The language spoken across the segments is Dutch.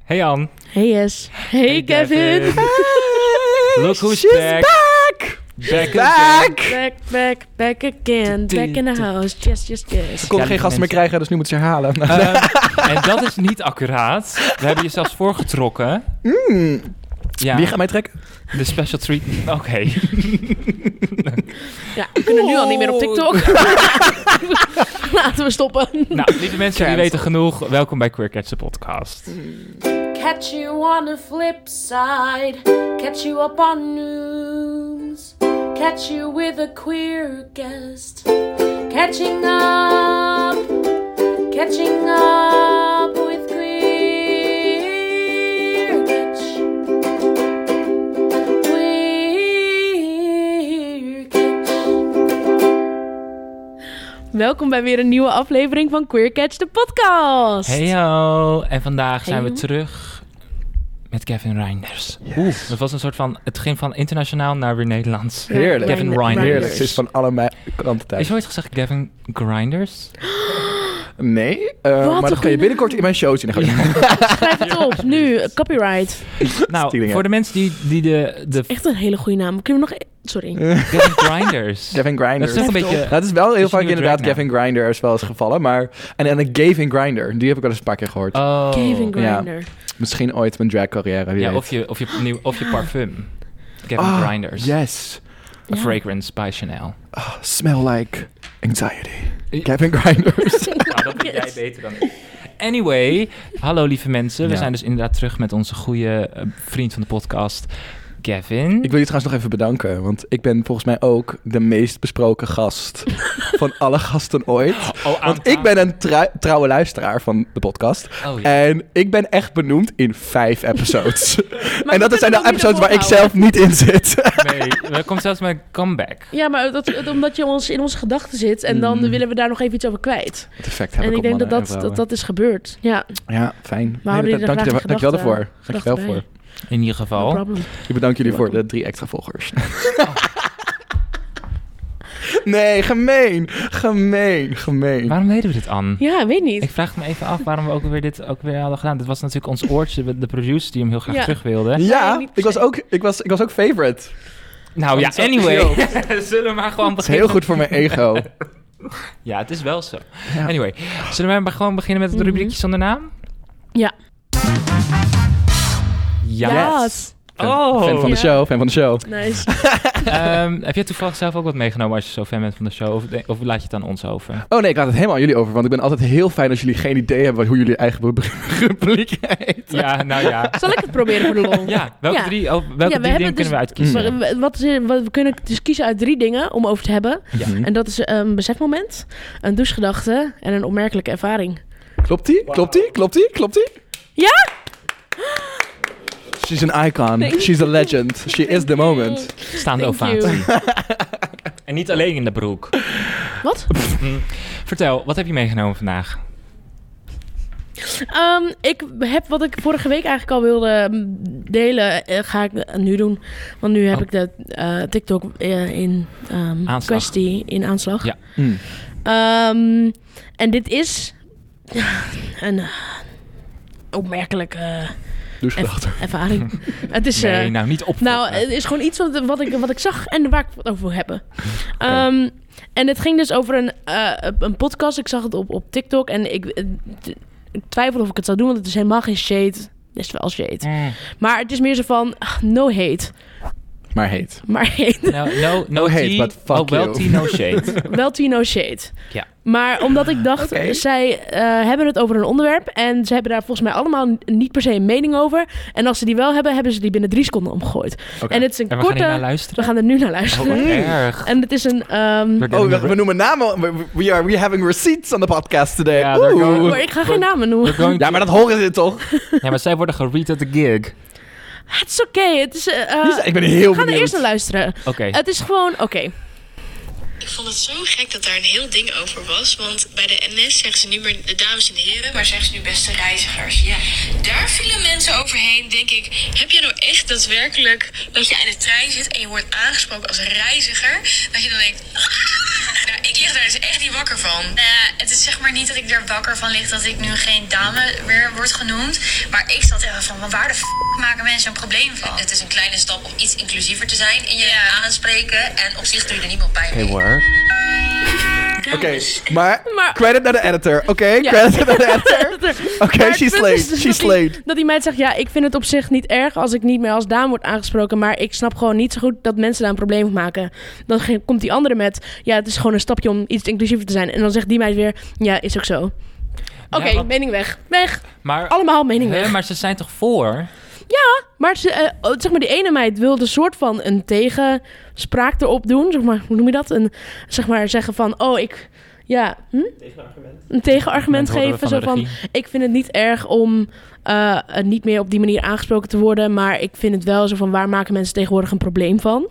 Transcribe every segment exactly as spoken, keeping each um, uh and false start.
Hey Ann. Hey Yes. Hey, Hey Kevin. Kevin. Hey. Look who's She's back. back. Back Back. again. Back, back, back again. Back in the house. Yes, yes, yes. Ik kon Ja, geen gasten meer mensen. krijgen, dus nu moet ze herhalen. Um, en dat is niet accuraat. We hebben je zelfs voorgetrokken. Mm. Ja, Wie gaat mij trekken? de special treat. Oké. Ja, we kunnen nu al niet meer op TikTok. Laten we stoppen. Nou, lieve mensen, jullie weten genoeg. Welkom bij Queer Catch, de podcast. Catch you on the flip side. Catch you up on news. Catch you with a queer guest. Catching up. Catching up with Queer Catch. Queer Catch. Welkom bij weer een nieuwe aflevering van Queer Catch, de podcast. Heyo. En vandaag zijn we Heyo. terug met Kevin Reinders. Oeh, dat was een soort van... Het ging van internationaal naar weer Nederlands. Heerlijk. Kevin Reinders. Reinders. Heerlijk, ze is van alle me- kanten Is thuis. er ooit gezegd Kevin Grinders? Nee, uh, Wat maar dat een ga je binnenkort in mijn show zien. Dan ga je... Schrijf het op, nu. Copyright. Nou, Stielingen. voor de mensen die, die de, de Echt een hele goede naam. Kunnen we nog... e- Sorry. Kevin Grinders. Kevin Dat Grinders. is toch een Schrijf het beetje... Nou, het is wel heel Is vaak een nieuwe inderdaad drag Kevin Grinders wel eens gevallen. Maar... En, en een Gavin Grinder, die heb ik wel eens een paar keer gehoord. Oh. Kevin ja. Grinder. Misschien ooit mijn drag carrière, wie Ja, weet. of je, of, je, nieuw, of je parfum. Kevin Ah, Grinders. Yes. A Ja. fragrance by Chanel. Oh, smell like anxiety. Kevin Grinders. Nou, dat weet jij Yes. beter dan ik. Anyway, hallo lieve mensen. We Ja. zijn dus inderdaad terug met onze goede uh, vriend van de podcast, Kevin. Ik wil je trouwens nog even bedanken, want ik ben volgens mij ook de meest besproken gast van alle gasten ooit. Oh, aan Want ik ben een trou- trouwe luisteraar van de podcast. Oh, ja. En ik ben echt benoemd in vijf episodes. we en dat kunnen zijn de het ook niet episodes waar ik volhouden. zelf niet in zit. Nee, er komt zelfs mijn comeback. Ja, maar dat, dat- omdat je ons in onze gedachten zit en dan Mm. willen we daar nog even iets over kwijt. Het effect heb En ik ik op denk dat mannen dat, en dat dat is gebeurd. Ja, Ja, fijn. We houden Nee, je dank, er je, graag in dank je wel gedachten- daarvoor. Dank je wel gedachten voor. In ieder no geval. problem. Ik bedank jullie voor Welkom. de drie extra volgers. Nee, gemeen. Gemeen, gemeen. Waarom deden we dit, Ann? Ja, weet niet. Ik vraag me even af waarom we ook weer dit ook weer hadden gedaan. Dit was natuurlijk ons oortje, de producer die hem heel graag Ja. terug wilde. Nee, Ja, niet per ik was, se. ook, ik, was, ik was ook favorite. Nou ja, Want zo- anyway. Yo. Zullen we maar gewoon Het is beginnen? heel goed voor mijn ego. Ja, het is wel zo. Ja. Anyway, zullen we maar gewoon beginnen met het Mhm. rubriekje zonder naam? Ja. Ja. Yes. Fan, Oh. fan van de Ja. show, fan van de show. Nice. Ehm, heb jij toevallig zelf ook wat meegenomen als je zo fan bent van de show? Of, of laat je het aan ons over? Oh nee, ik laat het helemaal aan jullie over. Want ik ben altijd heel fijn als jullie geen idee hebben hoe jullie eigen rubriek heet. Ja, nou ja. Zal ik het proberen voor de lol? Ja, welke Ja. drie, oh, welke Ja, we drie hebben dingen dus- kunnen we uitkiezen? Maar, wat is, er- wat, we kunnen dus kiezen uit drie dingen om over te hebben. Ja. Mhm. En dat is een besefmoment, een douchegedachte en een opmerkelijke ervaring. Klopt die? Klopt die? Klopt die? Klopt die? Ja? She's an icon. Thank She's a legend. She is the moment. Staande Thank you. ovatie. En niet alleen in de broek. Wat? Mm. Vertel, wat heb je meegenomen vandaag? Ehm, ik heb wat ik vorige week eigenlijk al wilde mm, delen, eh, ga ik eh, nu doen. Want nu heb Oh. ik de eh, TikTok eh, in ehm, Aanslag. kwestie in aanslag. Ja. Mm. Ehm, en dit is een uh, opmerkelijke Douchegedachte. ervaring. Het is... Nee, eh, nou niet op. Nou, het is gewoon iets wat, wat, ik, wat ik zag en waar ik het over wil hebben. Ehm, en het ging dus over een, eh, een podcast. Ik zag het op, op TikTok en ik, eh, t- ik twijfelde of ik het zou doen, want het is helemaal geen shade. Het is wel shade. Mm. Maar het is meer zo van, ah, no hate. Maar heet. Maar hate. No, no, no, No hate, tea. but fuck oh, wel you. tea, no shade. Wel tea, no shade. Ja. Maar omdat ik dacht, Oké. zij eh, hebben het over een onderwerp en ze hebben daar volgens mij allemaal n- niet per se een mening over. En als ze die wel hebben, hebben ze die binnen drie seconden omgegooid. Oké. En het is een En we korte... gaan hier naar we luisteren. gaan er nu naar Oh, luisteren. wat erg. En het is een... ehm, We're Oh, getting we, we noemen namen. We, we are we having receipts on the podcast today. Ja, they're Oeh. going- maar ik ga geen namen noemen. We're going Ja, maar dat horen ze toch? Ja, maar zij worden geread at the gig. Het is oké. Het is... eh, eh, Ik ben heel we gaan er benieuwd. eerst naar luisteren. Oké. Het is gewoon... Oké. Ik vond het zo gek dat daar een heel ding over was. Want bij de N S zeggen ze niet meer de dames en heren, maar zeggen ze nu beste reizigers. Ja, daar vielen mensen overheen, denk ik. Heb je nou echt daadwerkelijk dat je in de trein zit en je wordt aangesproken als reiziger? Dat je dan denkt, ah, nou, ik lig lig daar dus echt niet wakker van. Nou ja, het is zeg maar niet dat ik er wakker van lig dat ik nu geen dame weer word genoemd. Maar ik zat even van, waar de f*** maken mensen een probleem van? Het is een kleine stap om iets inclusiever te zijn in je ja. aanspreken. En op zich doe je er niemand pijn Hey, mee. hoor. Oké, okay, maar, maar credit naar de editor. Oké, okay, ja. credit naar de editor. Oké, okay, she's slayed. Dus she's slayed. Dat die meid zegt, ja, ik vind het op zich niet erg als ik niet meer als dame word aangesproken. Maar ik snap gewoon niet zo goed dat mensen daar een probleem van maken. Dan komt die andere met, ja, het is gewoon een stapje om iets inclusiever te zijn. En dan zegt die meid weer, ja, is ook zo. Oké, okay, ja, mening weg. Weg. Maar, allemaal mening hè, weg. Maar ze zijn toch voor? Ja, maar ze, uh, zeg maar die ene meid wilde een soort van een tegenspraak erop doen. Zeg maar, hoe noem je dat? Een, zeg maar zeggen van, oh, ik... Ja, hm? Tegenargument. Een tegenargument geven. Zo van, ik vind het niet erg om uh, niet meer op die manier aangesproken te worden. Maar ik vind het wel zo van, waar maken mensen tegenwoordig een probleem van?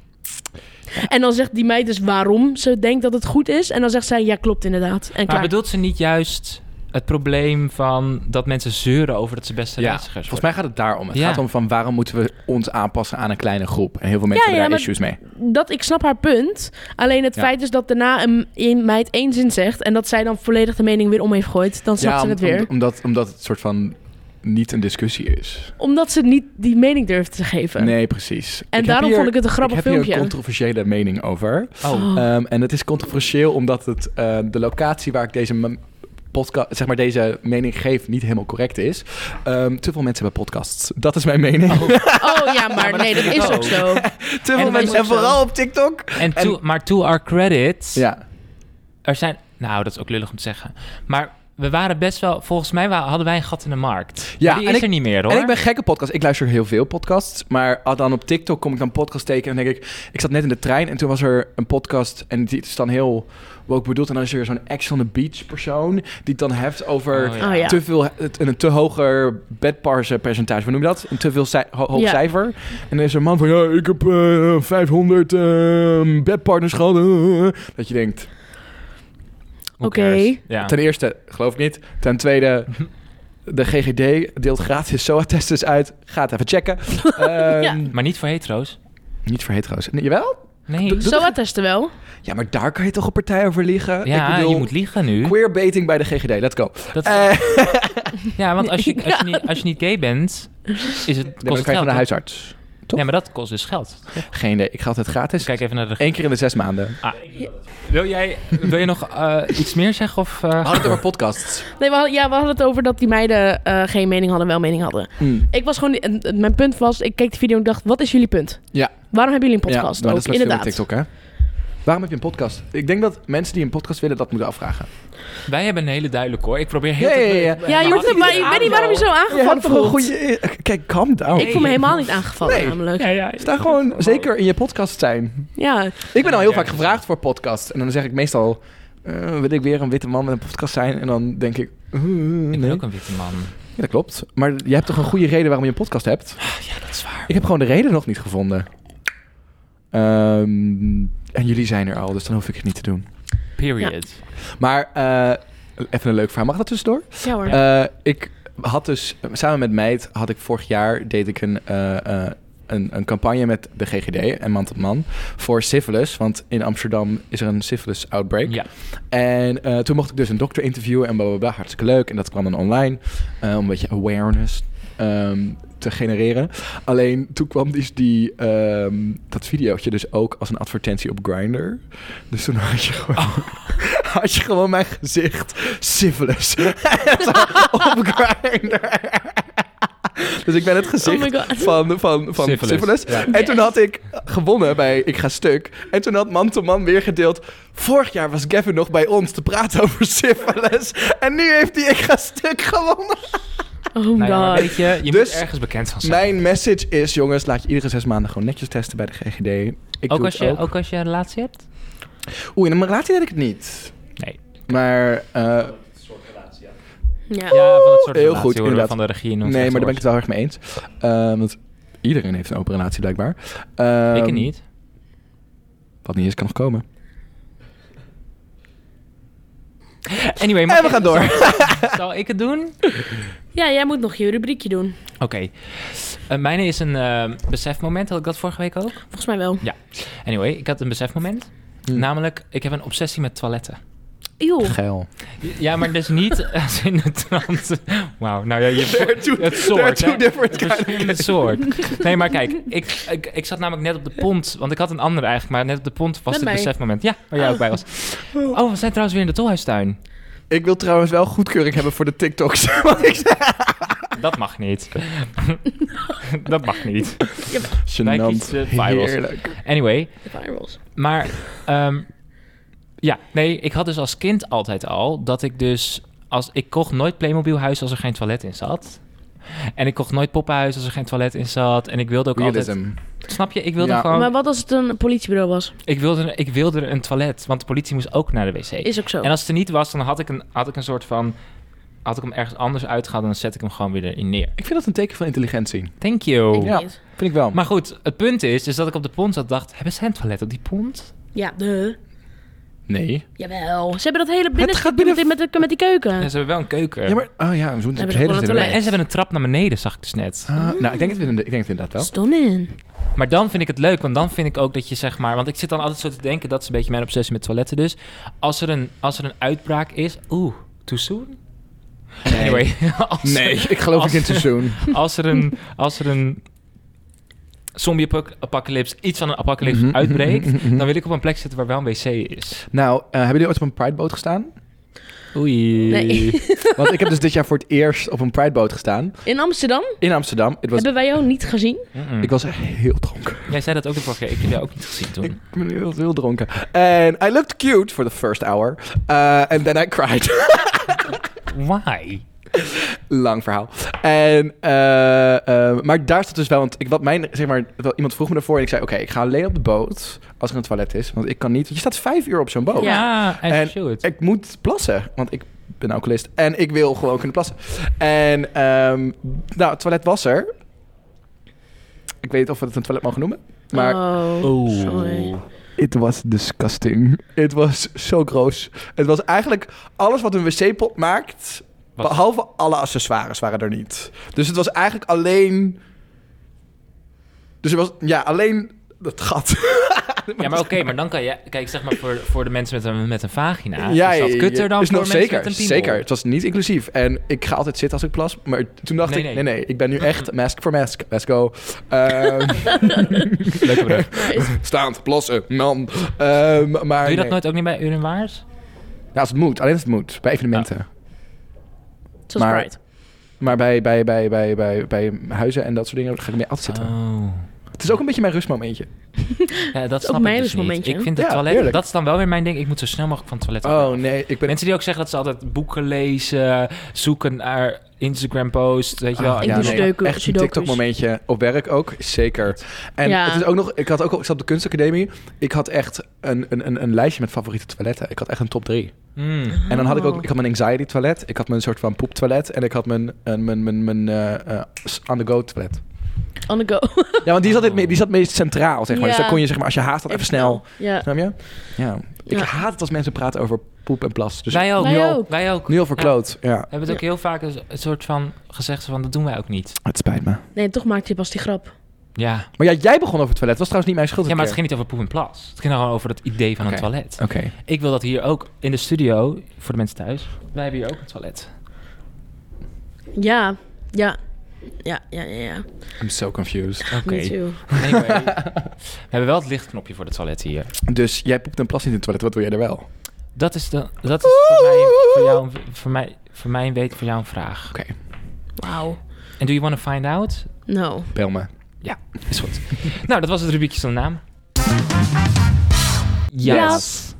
Ja. En dan zegt die meid dus waarom ze denkt dat het goed is. En dan zegt zij, ja, klopt inderdaad. En maar klaar. Bedoelt ze niet juist het probleem van dat mensen zeuren over dat ze beste ja, reizigers volgens mij gaat het daarom. Het ja. gaat om van waarom moeten we ons aanpassen aan een kleine groep. En heel veel mensen ja, ja, hebben daar issues mee. Dat, ik snap haar punt. Alleen het ja. feit is dat daarna een, een meid één zin zegt... en dat zij dan volledig de mening weer om heeft gegooid. Dan snapt ja, ze om, het weer. Om, omdat, omdat het soort van niet een discussie is. Omdat ze niet die mening durft te geven. Nee, precies. En ik daarom hier, vond ik het een grappig filmpje. Ik heb filmpje. hier een controversiële mening over. Oh. Um, en het is controversieel omdat het uh, de locatie waar ik deze... M- Podcast, zeg maar deze mening geef niet helemaal correct is. Um, te veel mensen hebben podcasts. Dat is mijn mening. Oh, oh ja, maar, ja, maar nee, dat is ook zo. te veel en mensen, en vooral op TikTok. En to, en, maar to our credits, ja. er zijn, nou dat is ook lullig om te zeggen, maar we waren best wel, volgens mij hadden wij een gat in de markt. Ja, maar die is ik, er niet meer hoor. En ik ben gekke podcast. Ik luister heel veel podcasts, maar dan op TikTok kom ik dan podcast tekenen en denk ik, ik zat net in de trein en toen was er een podcast en die is dan heel woke bedoeld en dan is er zo'n Ex on the Beach persoon die het dan heeft over oh, ja. Oh, ja. te veel, een te hoger bedparsen percentage. Hoe noem je dat? Een te veel cij- ho- hoog ja. cijfer. En dan is er een man van, ja, ik heb uh, vijfhonderd uh, bedpartners gehad. Uh, dat je denkt... Oké. Okay. Ja. Ten eerste, geloof ik niet. Ten tweede, de G G D deelt gratis S O A-tests uit. Ga het even checken. um, ja. Maar niet voor hetero's? Niet voor hetero's. Nee, jawel? Nee. S O A-testen wel? Ja, maar daar kan je toch een partij over liegen? Ja, ik bedoel, je moet liegen nu. Queerbaiting bij de G G D, let's go. Dat is... uh, ja, want als je, als, je niet, als je niet gay bent, is het kost dan het krijg je geld, van de huisarts. Toch? Ja, maar dat kost dus geld. Geen idee. Ik ga altijd gratis. Kijk even naar de... Eén keer in de zes maanden. Ah. Wil jij wil je nog uh, iets meer zeggen? Of, uh... We hadden het over podcasts. Nee, we hadden, ja, we hadden het over dat die meiden uh, geen mening hadden, wel mening hadden. Mm. Ik was gewoon... Uh, mijn punt was, ik keek de video en dacht, wat is jullie punt? Ja. Waarom hebben jullie een podcast? Ja, maar ook, dat is inderdaad. TikTok, hè? Waarom heb je een podcast? Ik denk dat mensen die een podcast willen dat moeten afvragen. Wij hebben een hele duidelijke hoor. Ik probeer heel... Ja, ja, ja. ja je hoeft het, maar ik weet niet waarom je zo aangevallen voelt. Een goede... Kijk, calm down. Ik voel me helemaal niet aangevallen nee. namelijk. Ja, ja. Sta gewoon zeker in je podcast zijn. Ja. Ik ben al heel vaak gevraagd voor podcast. En dan zeg ik meestal... Uh, wil ik weer een witte man met een podcast zijn? En dan denk ik... Uh, nee. Ik ben ook een witte man. Ja, dat klopt. Maar je hebt toch een goede reden waarom je een podcast hebt? Ja, dat is waar. Ik heb gewoon de reden nog niet gevonden. Um, en jullie zijn er al, dus dan hoef ik het niet te doen. Period. Ja. Maar uh, even een leuk verhaal. Mag dat tussendoor? Ja hoor. Uh, ik had dus, samen met Meid, had ik vorig jaar, deed ik een, uh, uh, een, een campagne met de G G D en Man tot Man voor syphilis. Want in Amsterdam is er een syphilis outbreak. Ja. En uh, toen mocht ik dus een dokter interviewen en blablabla, hartstikke leuk. En dat kwam dan online, uh, om een beetje awareness um, te genereren. Alleen toen kwam dus die, um, dat videootje dus ook als een advertentie op Grindr. Dus toen had je gewoon, oh. had je gewoon mijn gezicht syphilis op Grindr. Dus ik ben het gezicht oh van, van, van syphilis. syphilis. Ja. En yes. toen had ik gewonnen bij Ik Ga Stuk. En toen had Man to Man weer gedeeld... Vorig jaar was Gavin nog bij ons te praten over syphilis. En nu heeft hij Ik Ga Stuk gewonnen. Oh my nou ja, god. Weet je, je dus moet ergens bekend van zijn. Mijn message is, jongens, laat je iedere zes maanden gewoon netjes testen bij de G G D. Ik ook, doe als je, ook. ook als je een relatie hebt? Oeh, in een relatie deed ik het niet. Nee. Maar... Uh, Ja. ja, van het soort heel relatie, goed, inderdaad. van de regie. Nee, maar daar ben ik het wel erg mee eens. Uh, want iedereen heeft een open relatie, blijkbaar. Uh, ik niet. Wat niet is, kan nog komen. Anyway, en we gaan door. Zal, zal ik het doen? Ja, jij moet nog je rubriekje doen. Oké. Okay. Uh, mijne is een uh, besefmoment. Had ik dat vorige week ook? Volgens mij wel. Ja. Anyway, ik had een besefmoment. Hm. Namelijk, ik heb een obsessie met toiletten. Eeuw. Geil. Ja, maar dus niet als in de trant. Wauw, nou ja, je They're two, het soort, they're two hè? different Het kind of verschillende soort. Nee, maar kijk, ik, ik, ik zat namelijk net op de pont, want ik had een andere eigenlijk, maar net op de pont was Met het mij. besefmoment. Ja, waar jij ook bij was. Oh, we zijn trouwens weer in de tolhuistuin. Ik wil trouwens wel goedkeuring hebben voor de TikToks. Want ik Dat mag niet. Dat mag niet. Gênant. Lijkt iets, uh, virals. Heerlijk. Anyway, De virals. maar um, ja, nee, ik had dus als kind altijd al dat ik dus als ik kocht nooit Playmobilhuis als er geen toilet in zat. En ik kocht nooit Poppenhuis als er geen toilet in zat. En ik wilde ook Realism. altijd... Snap je? Ik wilde Ja. gewoon... Maar wat als het een politiebureau was? Ik wilde, ik wilde een toilet, want de politie moest ook naar de wc. Is ook zo. En als het er niet was, dan had ik een, had ik een soort van... Had ik hem ergens anders uitgehaald en dan zet ik hem gewoon weer erin neer. Ik vind dat een teken van intelligentie. Thank you. Ik Ja. niet. Vind ik wel. Maar goed, het punt is, is dat ik op de pont zat dacht... Hebben ze een toilet op die pont? Ja, de. Nee. Jawel. Ze hebben dat hele binnen gaat binnen- met, met, de, met die keuken. En ze hebben wel een keuken. Ja, maar... Oh ja, we moeten Hebben het ze hele gewoon een zin toilet? En ze hebben een trap naar beneden, zag ik dus net. Ah, nou, ik denk, het, ik denk het inderdaad wel. Stunning. Maar dan vind ik het leuk, want dan vind ik ook dat je zeg maar... Want ik zit dan altijd zo te denken, dat is een beetje mijn obsessie met toiletten dus. Als er een, als er een uitbraak is... Oeh, too soon? Nee. Anyway. Als Nee, er- ik geloof als niet in er- seizoen. Als er een... Als er een zombie-apocalypse, iets van een apocalypse Mhm, uitbreekt... mhm, mhm. dan wil ik op een plek zitten waar wel een wc is. Nou, uh, hebben jullie ooit op een Prideboot gestaan? Oei. Nee. Want ik heb dus dit jaar voor het eerst op een Prideboot gestaan. In Amsterdam In Amsterdam. Het was, hebben wij jou niet gezien. Mm-mm. ik was heel dronken. Jij zei dat ook de vorige keer. Ik heb jou ook niet gezien toen. Ik ben heel, heel dronken. En I looked cute for the first hour. Uh, and then I cried. Why? Lang verhaal. En, uh, uh, maar daar staat dus wel... Want ik, wat mijn, zeg maar, wel, iemand vroeg me daarvoor en ik zei... Oké, ik ga alleen op de boot als er een toilet is. Want ik kan niet... Je staat vijf uur op zo'n boot. Ja, I En should. ik moet plassen, want ik ben alcoholist. En ik wil gewoon kunnen plassen. En um, nou, het toilet was er. Ik weet niet of we het een toilet mogen noemen. Maar Oh, Oeh. sorry. it was disgusting. Het was zo gross. Het was eigenlijk alles wat een wc-pot maakt... Wat? Behalve alle accessoires waren er niet. Dus het was eigenlijk alleen... Dus het was, ja, alleen het gat. Ja, maar oké, maar dan kan je... Kijk, zeg maar voor, voor de mensen met een, met een vagina... Ja, is dat kutter dan is voor nog mensen zeker, met een piemel? zeker. Het was niet inclusief. En ik ga altijd zitten als ik plas. Maar toen dacht Nee, ik, nee. nee, nee, ik ben nu echt mask for mask. Let's go. Ehm Leuke brug. staand, plassen, man. Ehm maar Doe je dat nee. nooit ook niet bij Urinoirs? Ja, als het moet. Alleen als het moet. Bij evenementen. Zoals Maar- Pride. Maar bij, bij, bij, bij, bij, bij huizen en dat soort dingen ga ik mee altijd zitten. Oh. Het is ook een beetje mijn rustmomentje. Ja, dat ook snap ik mijn dus niet. rustmomentje, Ik hè? vind het Ja, toilet... heerlijk. Dat is dan wel weer mijn ding. Ik moet zo snel mogelijk van het toilet af. Oh nee, ik ben... Mensen die ook zeggen dat ze altijd boeken lezen, zoeken naar Instagram-posts, weet je wel. Ah, Ik ja, doe nee, sudoku- echt een sudokus. TikTok-momentje. Op werk ook, zeker. En Ja. het is ook nog... Ik had ook al- ik zat op de kunstacademie. Ik had echt een, een, een, een lijstje met favoriete toiletten. Ik had echt een top drie. Mm. En dan had ik ook... Oh. Ik had mijn anxiety toilet. Ik had mijn soort van poeptoilet. En ik had mijn, mijn, mijn, mijn, mijn eh, eh, on-the-go toilet. On the go. Ja, want die zat, het me- die zat meest centraal, zeg maar. Dus Ja. dan kon je, zeg maar, als je haast had, even snel... Ja. Snap je? Ja. Ik Ja. haat het als mensen praten over poep en plas. Dus Wij ook. Wij nu al- ook. Wij ook. nu al verkloot. Ja. We hebben het ook heel vaak een, een soort van gezegd van, dat doen wij ook niet. Het spijt me. Nee, toch maakte je pas die grap. Ja. Maar ja, jij begon over het toilet. Dat was trouwens niet mijn schuld. Ja, maar het een ging niet over poep en plas. Het ging gewoon over het idee van Oké. een toilet. keer. Oké. Ik wil dat hier ook in de studio, voor de mensen thuis, wij hebben hier ook een toilet. Ja. Ja. Ja, ja, ja, ja. I'm so confused. Oké. Me too. Anyway, we hebben wel het lichtknopje voor de toilet hier. Dus jij poept en plas niet in het toilet. Wat doe jij er wel? Dat is, de, dat is voor, mij, voor, jou, een- voor, mij, voor mij een weet, voor jou een vraag. Oké, Wauw. En do you want to find out? No. bel me. Ja, is goed. Nou, dat was het rubriekje zonder naam. Yes.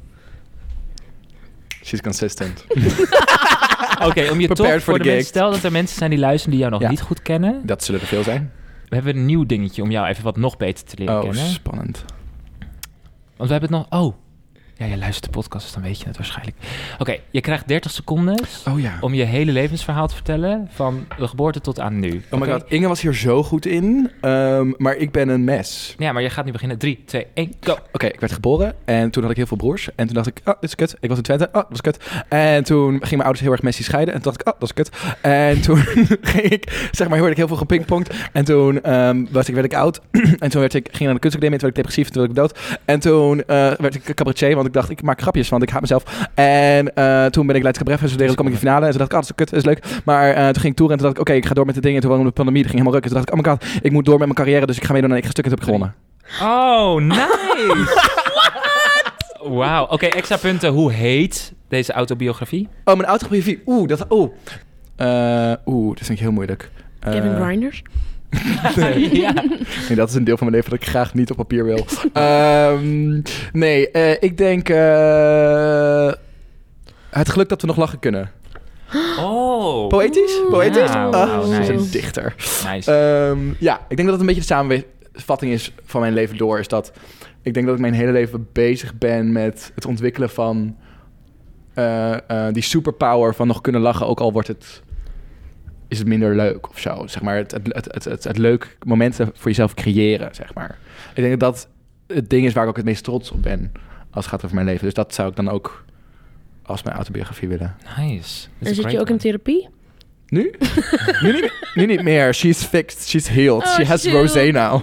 She's consistent. Oké, om je Prepared toch for voor the de mensen... gig. Stel dat er mensen zijn die luisteren die jou nog Ja. niet goed kennen. Dat zullen er veel zijn. We hebben een nieuw dingetje om jou even wat nog beter te leren Oh, kennen. spannend. Want we hebben het nog... Oh, Ja, je luistert de podcast, dus dan weet je het waarschijnlijk. Oké, okay, je krijgt dertig seconden oh, ja. om je hele levensverhaal te vertellen. Van de geboorte tot aan nu. Oh my okay? god, Inge was hier zo goed in. Um, maar ik ben een mes. Ja, maar je gaat nu beginnen. drie, twee, één, go. Oké, okay, ik werd geboren en toen had ik heel veel broers. En toen dacht ik, oh, dit is kut. Ik was in Twente, oh, dat was kut. En toen gingen mijn ouders heel erg messy scheiden. En toen dacht ik, oh, dat is kut. En toen ging ik, zeg maar, hoorde ik heel veel gepingpongd. En toen um, was ik, werd ik oud. En toen werd ik, ging naar de kunstacademie. Toen werd ik depressief, toen werd ik dood. En toen uh, werd ik cabaretier, want ik dacht, ik maak grapjes, want ik haat mezelf. En uh, toen ben ik Leids Cabaret studeren, toen kwam ik in de finale. En toen dacht ik, oh, dat is kut, dat is leuk. Maar uh, toen ging ik toeren en toen dacht ik, oké, okay, ik ga door met de dingen. En toen kwam de pandemie, dat ging helemaal ruk. En toen dacht ik, oh my god, ik moet door met mijn carrière, dus ik ga meedoen en ik ga stukken, heb ik gewonnen. Oh, nice! Wauw. Oké, okay, extra punten. Hoe heet deze autobiografie? Oh, mijn autobiografie. Oeh, dat... Oeh. Uh, oeh, dat vind ik heel moeilijk. Uh, Kevin Grinders? nee. Ja. nee, dat is een deel van mijn leven dat ik graag niet op papier wil. um, nee, uh, ik denk... Uh, het geluk dat we nog lachen kunnen. Oh. Poëtisch? Poëtisch? Ja, oh, wow, nice. Een dichter. Nice. Um, ja, ik denk dat het een beetje de samenvatting is van mijn leven door. Is dat ik denk dat ik mijn hele leven bezig ben met het ontwikkelen van uh, uh, die superpower van nog kunnen lachen, ook al wordt het, is het minder leuk of zo. Zeg maar, het, het, het, het, het, het leuk momenten voor jezelf creëren, zeg maar. Ik denk dat dat het ding is waar ik ook het meest trots op ben als het gaat over mijn leven. Dus dat zou ik dan ook als mijn autobiografie willen. Nice. En zit je ook in therapie? Nu? nu, niet, nu niet meer. She's fixed. She's healed. Oh, She has chill. Rosé now.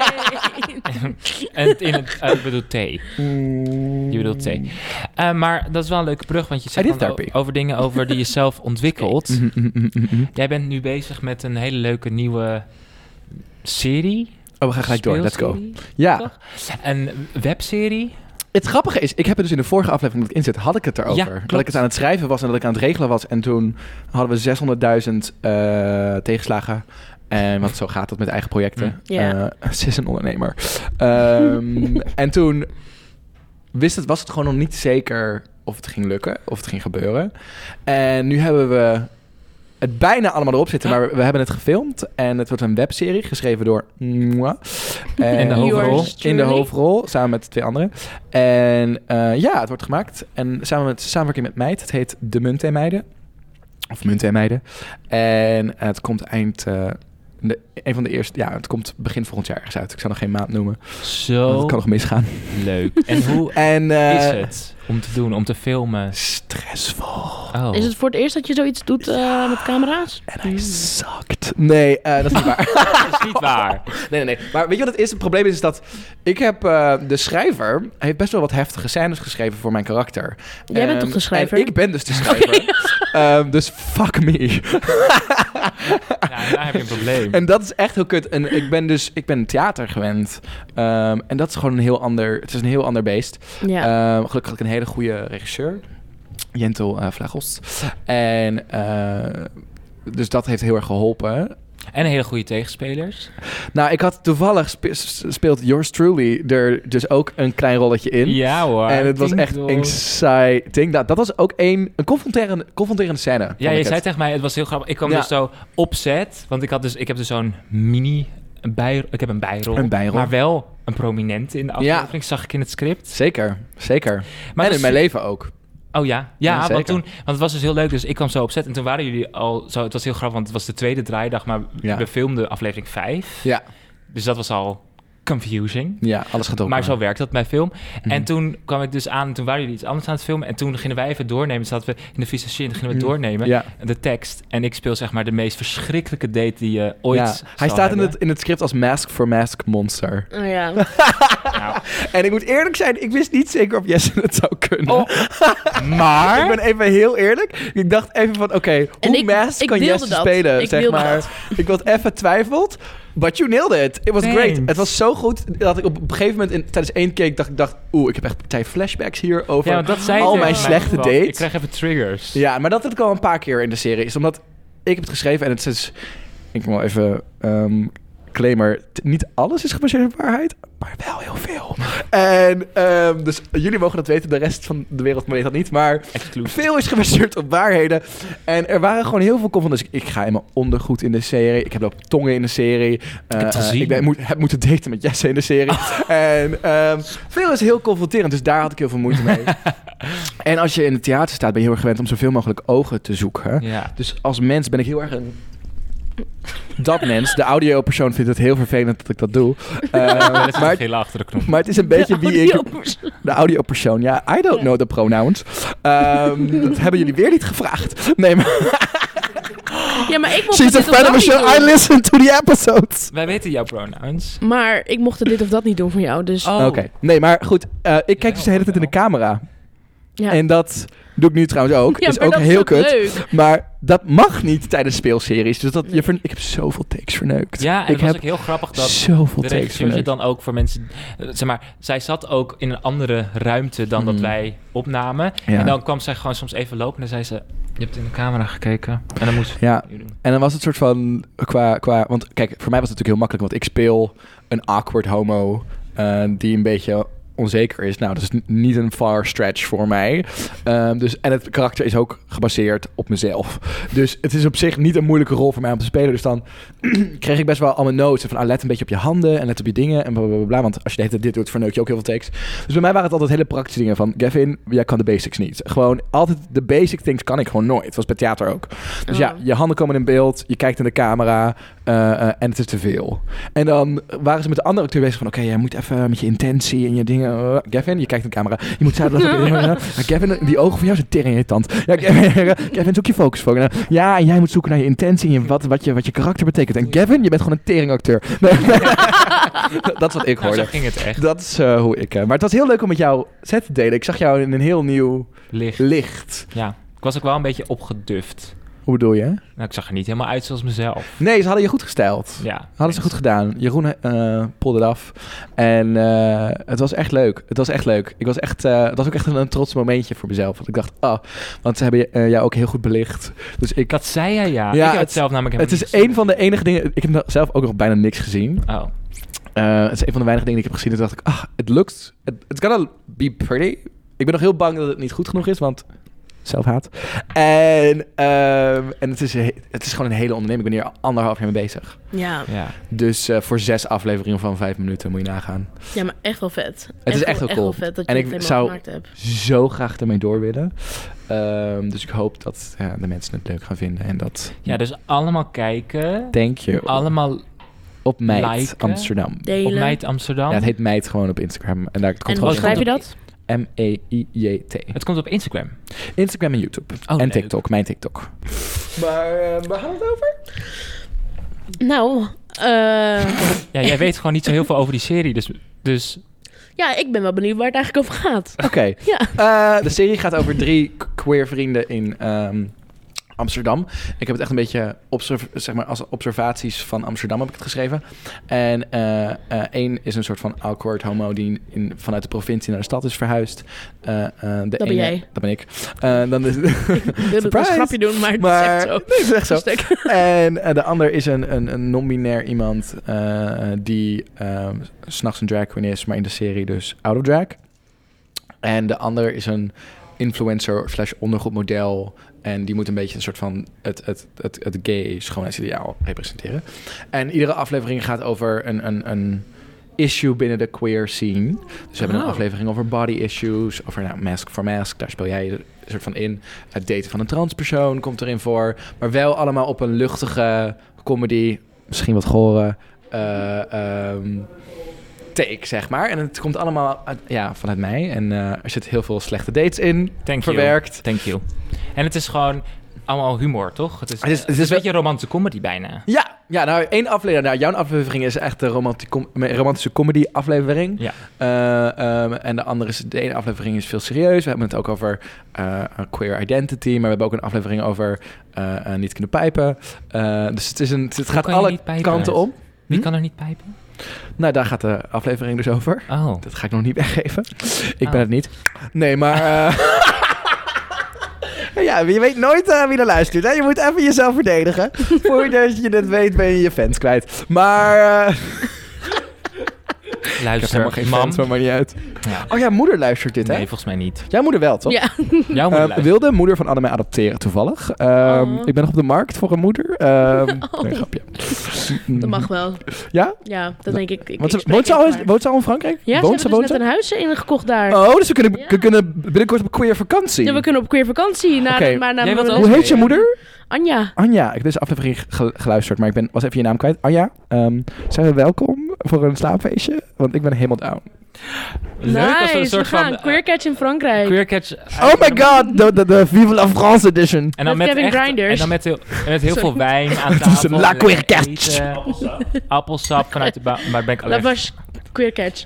en in het, uh, ik bedoel thee. Je bedoelt thee. Uh, maar dat is wel een leuke brug, want je zegt o- over dingen over die je zelf ontwikkelt. Jij bent nu bezig met een hele leuke nieuwe serie. Oh, we gaan gelijk door. Let's go. Ja. Toch? Een webserie. Het grappige is, ik heb het dus in de vorige aflevering dat ik inzet, had ik het erover. Ja, dat ik het aan het schrijven was en dat ik aan het regelen was. En toen hadden we zeshonderdduizend uh, tegenslagen. En wat zo gaat dat met eigen projecten. Ja. Uh, ze is een ondernemer. Um, en toen wist het, was het gewoon nog niet zeker of het ging lukken, of het ging gebeuren. En nu hebben we het bijna allemaal erop zitten, maar we, we hebben het gefilmd. En het wordt een webserie, geschreven door moi. En in de hoofdrol. In de hoofdrol, samen met twee anderen. En uh, ja, het wordt gemaakt. En samen met samenwerking met Meid. Het heet De Muntthee Meiden. Of Muntthee Meiden. En het komt eind... Uh, de, een van de eerste... Ja, het komt begin volgend jaar ergens uit. Ik zou nog geen maand noemen. Zo. Het kan nog misgaan. Leuk. En hoe en, uh, is het om te doen, om te filmen? Stressvol. Oh. Is het voor het eerst dat je zoiets doet uh, ja. met camera's? En hij sucked. Nee, uh, dat is niet waar. Dat is niet waar. Nee, nee, nee. Maar weet je wat het is? Het probleem is, is dat ik heb... Uh, de schrijver heeft best wel wat heftige scènes geschreven voor mijn karakter. Jij um, bent toch de schrijver? En ik ben dus de schrijver. um, dus fuck me. Ja, daar heb je een probleem. En dat is echt heel kut. En ik ben dus... Ik ben theater gewend. Um, en dat is gewoon een heel ander... Het is een heel ander beest. Ja. Um, gelukkig had ik een hele goede regisseur. Jentel uh, Vlagos. En uh, dus dat heeft heel erg geholpen. En hele goede tegenspelers. Nou, ik had toevallig spe- speelt Yours Truly er dus ook een klein rolletje in. Ja hoor. En het was echt exciting. Nou, dat was ook een, een confronterende, confronterende scène. Ja, je het. zei tegen mij, het was heel grappig. Ik kwam ja. dus zo op set, want ik had dus, ik heb dus zo'n mini... Een bij, ik heb een bijrol, een bijrol, maar wel een prominente in de aflevering, ja. zag ik in het script. Zeker, zeker. Maar en in mijn leven ook. Oh ja, ja, ja want toen, want het was dus heel leuk. Dus ik kwam zo op set en toen waren jullie al zo. Het was heel grappig, want het was de tweede draaidag, maar ja. we filmden aflevering vijf. Ja. Dus dat was al confusing. Ja, alles gaat ook. Maar zo werkt dat bij film. Mm-hmm. En toen kwam ik dus aan en toen waren jullie iets anders aan het filmen. En toen gingen wij even doornemen. Dus zaten we in de visagie en gingen we doornemen. Ja. De tekst. En ik speel zeg maar de meest verschrikkelijke date die je ooit ja. Hij staat in het, in het script als Mask for Mask Monster. Oh ja. Nou. En ik moet eerlijk zijn, ik wist niet zeker of Jesse het zou kunnen. Oh. Maar? Ik ben even heel eerlijk. Ik dacht even van, oké, okay, hoe ik, Mask ik kan Jesse dat. spelen? Ik zeg maar. Dat. Ik was even twijfeld. But you nailed it. It was Thanks. great. Het was zo goed dat ik op een gegeven moment in, tijdens één keer dacht ik dacht, oeh, ik heb echt partij flashbacks hier over ja, dat zei al mijn slechte geval. dates. Ik krijg even triggers. Ja, maar dat heb ik al een paar keer in de serie. Is omdat ik heb het geschreven en het is, ik wil even um, claimer, t- niet alles is gebaseerd op waarheid, maar wel heel veel. En um, dus jullie mogen dat weten, de rest van de wereld weet dat niet. Maar Exclusive. veel is gebaseerd op waarheden. En er waren gewoon heel veel comments. Dus ik, ik ga in mijn ondergoed in de serie. Ik heb op tongen in de serie. Uh, ik heb het gezien. Uh, ik ben, moet, heb moeten daten met Jesse in de serie. En um, veel is heel confronterend. Dus daar had ik heel veel moeite mee. En als je in het theater staat, ben je heel erg gewend om zoveel mogelijk ogen te zoeken. Ja. Dus als mens ben ik heel erg een... Dat mens, de audiopersoon vindt het heel vervelend dat ik dat doe. Uh, maar, het, achter de knop. maar het is een beetje wie ik... De audiopersoon, ja. I don't know the pronouns. Um, dat hebben jullie weer niet gevraagd. Nee, maar... Ja, maar ik mocht She's a dit of friend dat of the niet show. doen. I listen to the episodes. Wij weten jouw pronouns. Maar ik mocht dit of dat niet doen voor jou, dus... Oh. Oké. Okay. Nee, maar goed. Uh, ik kijk dus de hele tijd in de camera. Ja. En dat doe ik nu trouwens ook. Ja, is maar ook dat heel is kut. leuk. Maar dat mag niet tijdens speelseries. Dus dat, je vern- ik heb zoveel takes verneukt. Ja, en ik het was heb ook heel grappig dat zoveel de takes regisseur verneukt. dan ook voor mensen... uh, zeg maar, zij zat ook in een andere ruimte dan Mm. dat wij opnamen. Ja. En dan kwam zij gewoon soms even lopen en dan zei ze... Je hebt in de camera gekeken. En dan moest Ja. je doen. En dan was het soort van qua, qua... Want kijk, voor mij was het natuurlijk heel makkelijk. Want ik speel een awkward homo uh, die een beetje onzeker is. Nou, dat is n- niet een far stretch voor mij. Um, dus, en het karakter is ook gebaseerd op mezelf. Dus het is op zich niet een moeilijke rol voor mij om te spelen. Dus dan kreeg ik best wel al mijn notes. Van, ah, let een beetje op je handen en let op je dingen. En blablabla. Want als je de hele tijd dit doet, verneuk je ook heel veel takes. Dus bij mij waren het altijd hele praktische dingen. Van, Gavin, jij kan de basics niet. Gewoon altijd de basic things kan ik gewoon nooit. Het was bij theater ook. Dus Oh. ja, je handen komen in beeld. Je kijkt in de camera. Uh, uh, en het is te veel. En dan waren ze met de andere acteur bezig van... Oké, okay, jij moet even met je intentie en je dingen... Uh, Gavin, je kijkt in de camera. Je moet zuiden... ja, Gavin, die ogen van jou zijn tering irritant. Ja, Gavin, Gavin, zoek je focus. Ja, en jij moet zoeken naar je intentie en wat, wat, je, wat je karakter betekent. En Gavin, je bent gewoon een teringacteur. Nee, dat is wat ik Nou, hoorde. zo ging het echt. Dat is uh, hoe ik... Uh, maar het was heel leuk om met jou set te delen. Ik zag jou in een heel nieuw Licht. licht. Ja. Ik was ook wel een beetje opgeduft. Hoe bedoel je? Nou, ik zag er niet helemaal uit zoals mezelf. Nee, ze hadden je goed gestyled. Ja. Hadden ze goed gedaan. Jeroen uh, polde het af. En uh, het was echt leuk. Het was echt leuk. Ik was echt, uh, het was ook echt een, een trots momentje voor mezelf. Want ik dacht, ah, oh, want ze hebben uh, jou ook heel goed belicht. Dus ik... Dat zei jij, ja. Ja, ik heb het, het- zelf namelijk Het helemaal is een van de enige dingen... Ik heb zelf ook nog bijna niks gezien. Oh. Uh, het is een van de weinige dingen die ik heb gezien. En toen dacht ik, ah, it looks... It, it's gonna be pretty. Ik ben nog heel bang dat het niet goed genoeg is, want... Zelfhaat. En, um, en het, is, he- het is gewoon een hele onderneming. Ik ben hier anderhalf jaar mee bezig. Ja. Ja. Dus uh, voor zes afleveringen van vijf minuten moet je nagaan. ja, maar echt wel vet. Het is echt wel cool. vet dat je En het ik helemaal zou- gemaakt hebt. Zo graag ermee door willen. Um, dus ik hoop dat ja, de mensen het leuk gaan vinden. En dat... ja, dus allemaal kijken. Thank you. Allemaal Op Meid liken. Amsterdam. Delen. op Meid Amsterdam. Ja, het heet Meid gewoon op Instagram. En daar komt En gewoon hoe het schrijf je komt dat? M E I J T. Het komt op Instagram. Instagram en YouTube. Oh, en leuk. TikTok. Mijn TikTok. Maar uh, waar gaan we het over? Nou, eh... Ja, jij weet gewoon niet zo heel veel over die serie. Dus, dus ja, ik ben wel benieuwd waar het eigenlijk over gaat. Oké. Okay. Ja. Uh, de serie gaat over drie k- queer vrienden in um, Amsterdam. Ik heb het echt een beetje observ- zeg maar als observaties van Amsterdam heb ik het geschreven. En uh, uh, één is een soort van awkward homo die in, vanuit de provincie naar de stad is verhuisd. Uh, uh, de Dat ene, ben jij. Dat ben ik. Uh, dan is Ik wilde een Surprise! grapje doen, maar het Maar is echt zo. nee, het is echt zo. Stuk. En uh, de ander is een, een, een non-binair iemand uh, die uh, 's nachts een drag queen is, maar in de serie dus out of drag. En de ander is een influencer slash ondergroepmodel. En die moet een beetje een soort van het, het, het, het gay schoonheidsideaal representeren. En iedere aflevering gaat over een, een, een issue binnen de queer scene. Dus we hebben een Oh. aflevering over body issues, over nou, Mask for Mask, daar speel jij een soort van in. Het daten van een transpersoon komt erin voor. Maar wel allemaal op een luchtige comedy, misschien wat gore uh, um, take, zeg maar. En het komt allemaal uit, ja, vanuit mij. En uh, er zit heel veel slechte dates in, Thank verwerkt. you. Thank you. En het is gewoon allemaal humor, toch? Het is, Het is- het het is is een beetje romantische comedy bijna. Ja, ja, nou, één aflevering. Nou, jouw aflevering is echt de romanti- com- romantische comedy aflevering. Ja. Uh, um, en de andere is, de ene aflevering is veel serieus. We hebben het ook over uh, queer identity, maar we hebben ook een aflevering over uh, uh, niet kunnen pijpen. Uh, dus het, is een, het gaat kan je alle niet pijpen? kanten om. Wie Hm? kan er niet pijpen? Nou, daar gaat de aflevering dus over. Oh. Dat ga ik nog niet weggeven. Ik Oh. ben het niet. Nee, maar... Uh, ja, je weet nooit uh, wie er luistert. Hè? Je moet even jezelf verdedigen. Voordat je het weet, ben je je fans kwijt. Maar... Uh, heb Luister, helemaal geen mam. fans, maar maakt niet uit. Ja. Oh ja, moeder luistert dit, hè? Nee, volgens mij niet. Jouw moeder wel, toch? Ja. Jouw moeder Uh, luistert. wilde moeder van Anne mij adopteren, toevallig. Um, Oh. Ik ben nog op de markt voor een moeder. Um, Oh. Nee, grapje. Dat mag wel. Ja? Ja, dat denk ik. ik Want ik ze, woont, ze spreek al, echt in- maar. woont ze al in Frankrijk? Ja, woont ze hebben dus woont net een huis ingekocht daar. Oh, dus we kunnen, Ja. we kunnen binnenkort op queer vakantie. Ja, we kunnen op queer vakantie. Naar, Oké. maar naar Jij wilt mijn- ook Hoe heet je moeder? Anja. Anja. Ik heb deze aflevering gel- geluisterd, maar ik ben, was even je naam kwijt. Anja, um, zijn we welkom voor een slaapfeestje? Want ik ben helemaal down. Leuk als we een Nice, soort we gaan. van... Queer Catch in Frankrijk. Queer Catch... Oh my god, de, de, de Vive la France edition. En dan Met met, Kevin echt, Grinders. en dan met heel, met heel veel wijn aan Het is een tafel. La Queer lekker Catch. eten, Appelsap vanuit de bouw. Maar ben ik Dat allergisch. was Queer Catch.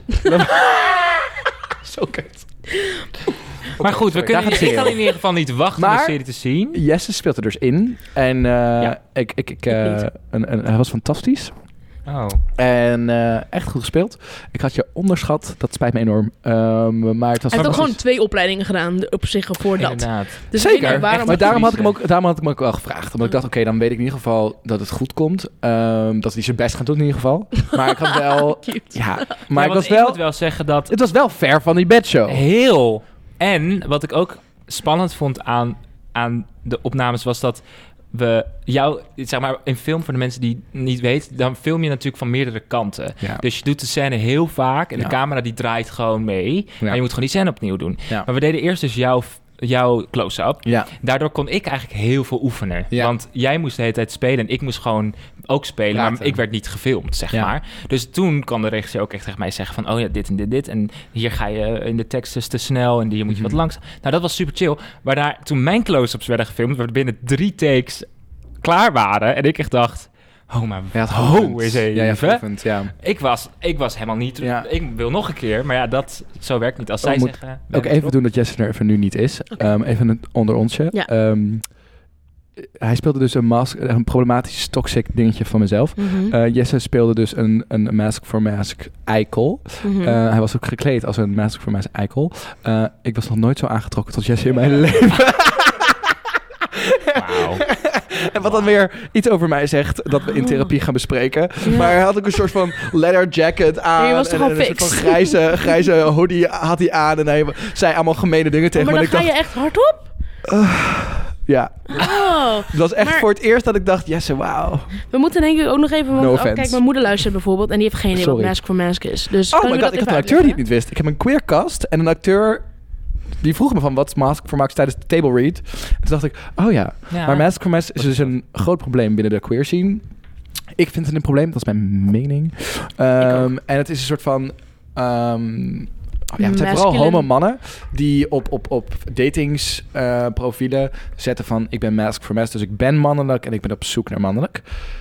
Zo kut. Maar goed, we Sorry, kunnen, daar gaat ik het kan weer in ieder geval niet wachten om Maar- de serie te zien. Jesse speelt er dus in. En uh, Ja. ik, ik, ik, uh, Ik niet. een, een, hij was fantastisch. Oh. En uh, echt goed gespeeld. Ik had je onderschat. Dat spijt me enorm. Um, maar het was Hij heeft ook gewoon fantastisch. twee opleidingen gedaan de- op zich voor dat. Inderdaad. Dus ik weet Zeker. niet waarom Maar dat daarom niet- had, ik hem ook, daarom had ik hem ook wel gevraagd. Omdat ik dacht, oké, dan weet ik in ieder geval dat het goed komt. Um, dat hij zijn best gaat doen in ieder geval. Maar ik had wel... Cute. Ja, Maar maar ik want was wel... moet wel zeggen dat Het was wel ver van die bedshow. heel... En wat ik ook spannend vond aan, aan de opnames was dat we jou... Zeg maar, in film, voor de mensen die het niet weten... dan film je natuurlijk van meerdere kanten. Ja. Dus je doet de scène heel vaak en Ja. de camera die draait gewoon mee. Ja. Maar je moet gewoon die scène opnieuw doen. Ja. Maar we deden eerst dus jouw, jouw close-up. Ja. Daardoor kon ik eigenlijk heel veel oefenen. Ja. Want jij moest de hele tijd spelen en ik moest gewoon ook spelen. Laten. Maar ik werd niet gefilmd, zeg Ja. maar. Dus toen kan de regisseur ook echt tegen mij zeggen van... oh ja, dit en dit, dit. En hier ga je in de tekst dus te snel en hier moet je Mhm. wat langs. Nou, dat was super chill. Maar daar, toen mijn close-ups werden gefilmd... we binnen drie takes klaar waren. En ik echt dacht... oh, maar Ja, het ho, hoofd. is Ja, ja, even. hoofd, ja. Ik was, ik was helemaal niet... Ja. Ik wil nog een keer. Maar ja, dat, zo werkt niet. Als Oh, zij moet zeggen... Ook even doen dat Jesse er even nu niet is. Um, even een onder onsje. Ja. Um, hij speelde dus een, mask, een problematisch toxic dingetje van mezelf. Mhm. Uh, Jesse speelde dus een, een Mask for Mask eikel. Mhm. Uh, hij was ook gekleed als een Mask for Mask eikel. Uh, ik was nog nooit zo aangetrokken tot Jesse in mijn leven. Wauw. En wat dan weer iets over mij zegt, dat we in therapie gaan bespreken. Ja. Maar hij had ook een soort van leather jacket aan. Ja, je was toch en al en een soort van fix? grijze, grijze hoodie had hij aan. En hij zei allemaal gemene dingen Oh, tegen maar me. dan En ga ik je echt hardop? dacht, ja, Oh. het was echt Maar- voor het eerst dat ik dacht, Jesse, wauw. We moeten denk ik ook nog even... Want, No oh, offense. kijk, mijn moeder luistert bijvoorbeeld... en die heeft geen idee wat Sorry. Mask for Mask is. Dus Oh kan my je god, dat ik had even een acteur die het uitleggen? niet wist. Ik heb een queer cast en een acteur... Die vroeg me van, wat is Mask for Mask tijdens de table read? En toen dacht ik, oh ja. Ja. Maar Mask for Mask is dus een groot probleem binnen de queer scene. Ik vind het een probleem, dat is mijn mening. Um, en het is een soort van... Um, oh ja, het zijn vooral Masculine. homo-mannen die op, op, op datingsprofielen zetten van... ik ben Mask for Mask, dus ik ben mannelijk en ik ben op zoek naar mannelijk.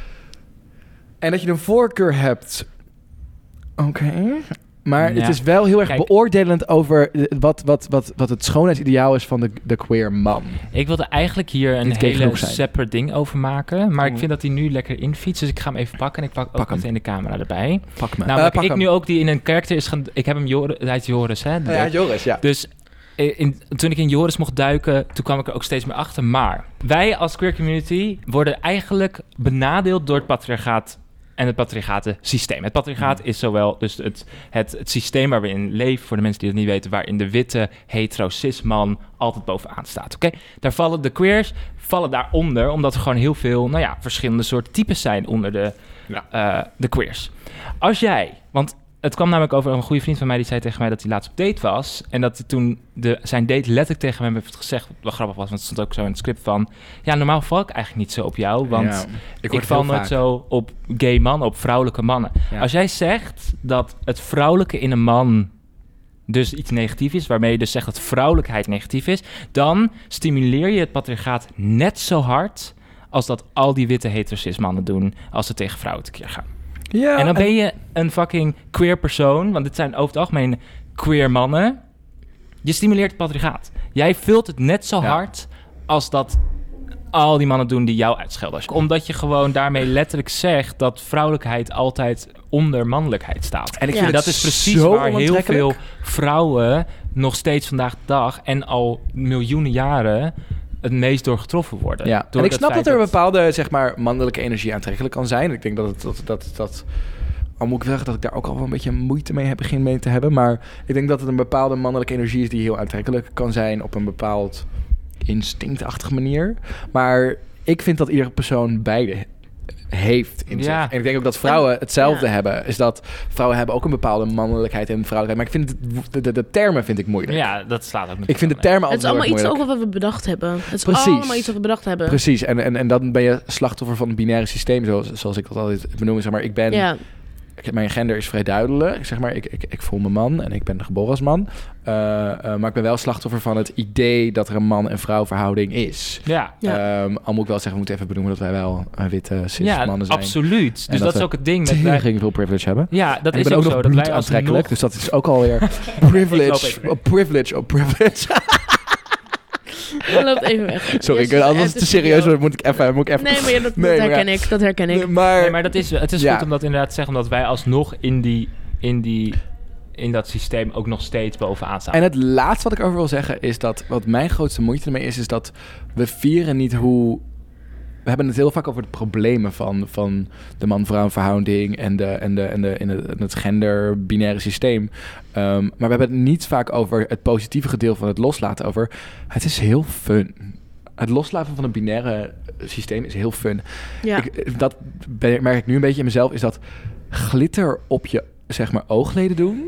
En dat je een voorkeur hebt... Oké... Maar Ja. het is wel heel erg Kijk. beoordelend over wat, wat, wat, wat het schoonheidsideaal is van de, de queer man. Ik wilde eigenlijk hier een Niet gay hele genoeg zijn. separate ding over maken. Maar Oh. ik vind dat hij nu lekker infietst. Dus ik ga hem even pakken. En ik pak ook Pak hem. meteen de camera erbij. Pak me. Namelijk Eh, pak ik hem. nu ook die in een karakter is gaan... Ik heb hem Joris... Hij heet Joris, hè? Ja, Joris, ja. Dus in, toen ik in Joris mocht duiken, toen kwam ik er ook steeds meer achter. Maar wij als queer community worden eigenlijk benadeeld door het patriarchaat en het patriarchatensysteem. Het patriarchaat is zowel dus het, het, het systeem waar we in leven, voor de mensen die dat niet weten, waarin de witte, hetero, cis man altijd bovenaan staat. Oké, daar vallen de queers vallen daaronder, omdat er gewoon heel veel, nou ja, verschillende soorten types zijn onder de, Ja. eh, de queers. Als jij, want het kwam namelijk over een goede vriend van mij, die zei tegen mij dat hij laatst op date was. En dat hij toen de, zijn date letterlijk tegen hem heeft gezegd, wat wel grappig was, want het stond ook zo in het script van, ja, normaal val ik eigenlijk niet zo op jou, want Ja, ik, hoor het val heel nooit vaak. zo op gay mannen, op vrouwelijke mannen. Ja. Als jij zegt dat het vrouwelijke in een man dus iets negatief is, waarmee je dus zegt dat vrouwelijkheid negatief is, dan stimuleer je het patriarchaat net zo hard als dat al die witte heterosis mannen doen als ze tegen vrouwen tekeer gaan. Ja, En dan ben je een fucking queer persoon, want dit zijn over het algemeen queer mannen. Je stimuleert het patriarchaat. Jij vult het net zo Ja. hard als dat al die mannen doen die jou uitschelden. Omdat je gewoon daarmee letterlijk zegt dat vrouwelijkheid altijd onder mannelijkheid staat. En ik Ja. vind En het dat is precies zo waar heel onaantrekkelijk. veel vrouwen nog steeds vandaag de dag en al miljoenen jaren het meest door getroffen worden. Ja, Door en ik het snap feit dat er een bepaalde, zeg maar, mannelijke energie aantrekkelijk kan zijn. Ik denk dat het, dat, dat, dat Al moet ik zeggen dat ik daar ook al wel een beetje moeite mee heb begin mee te hebben. Maar ik denk dat het een bepaalde mannelijke energie is die heel aantrekkelijk kan zijn op een bepaald instinctachtige manier. Maar ik vind dat iedere persoon beide heeft in Ja. zich. En ik denk ook dat vrouwen hetzelfde Ja. hebben. Is dat vrouwen hebben ook een bepaalde mannelijkheid en vrouwelijkheid. Maar ik vind het, de, de, de termen vind ik moeilijk. Ja, dat slaat ook Ik vind de termen Het is altijd allemaal heel iets erg ook moeilijk. wat we bedacht hebben. Het is Precies. allemaal iets wat we bedacht hebben. Precies. En, en, en dan ben je slachtoffer van het binaire systeem, zoals, zoals ik dat altijd benoem. Zeg maar, ik ben... Ja. Ik, mijn gender is vrij duidelijk. Ik zeg maar, ik, ik, ik voel me man en ik ben geboren als man. Uh, uh, maar ik ben wel slachtoffer van het idee dat er een man- en vrouwverhouding is. Ja, Ja. Um, al moet ik wel zeggen, we moeten even benoemen dat wij wel een witte cis ja mannen zijn. absoluut. Dus dat dat is we ook het ding. Dat wij, Tering veel privilege hebben. ja, dat en ik is ben ook ook nog zo. Dat wij aantrekkelijk, alsnog... dus dat is ook alweer Ik loop privilege even. op privilege op privilege. Je loopt even weg. Sorry, Yes, ik, als het het te is serieus video. wordt, moet ik even... Moet ik even Nee, maar ja, dat, Nee, dat maar ja. herken ik. Dat herken ik. Nee, maar, Nee, maar dat is, het is Ja. goed om dat inderdaad te zeggen, omdat wij alsnog in, die, in, die, in dat systeem ook nog steeds bovenaan staan. En het laatste wat ik over wil zeggen is dat... Wat mijn grootste moeite ermee is, is dat we vieren niet hoe... We hebben het heel vaak over de problemen van, van de man-vrouw verhouding en, de, en, de, en, de, in het, in het gender-binaire systeem. Um, maar we hebben het niet vaak over het positieve gedeelte van het loslaten. Over het is heel fun. Het loslaten van het binaire systeem is heel fun. Ja. Ik, dat ben- merk ik nu een beetje in mezelf, is dat glitter op je zeg maar oogleden doen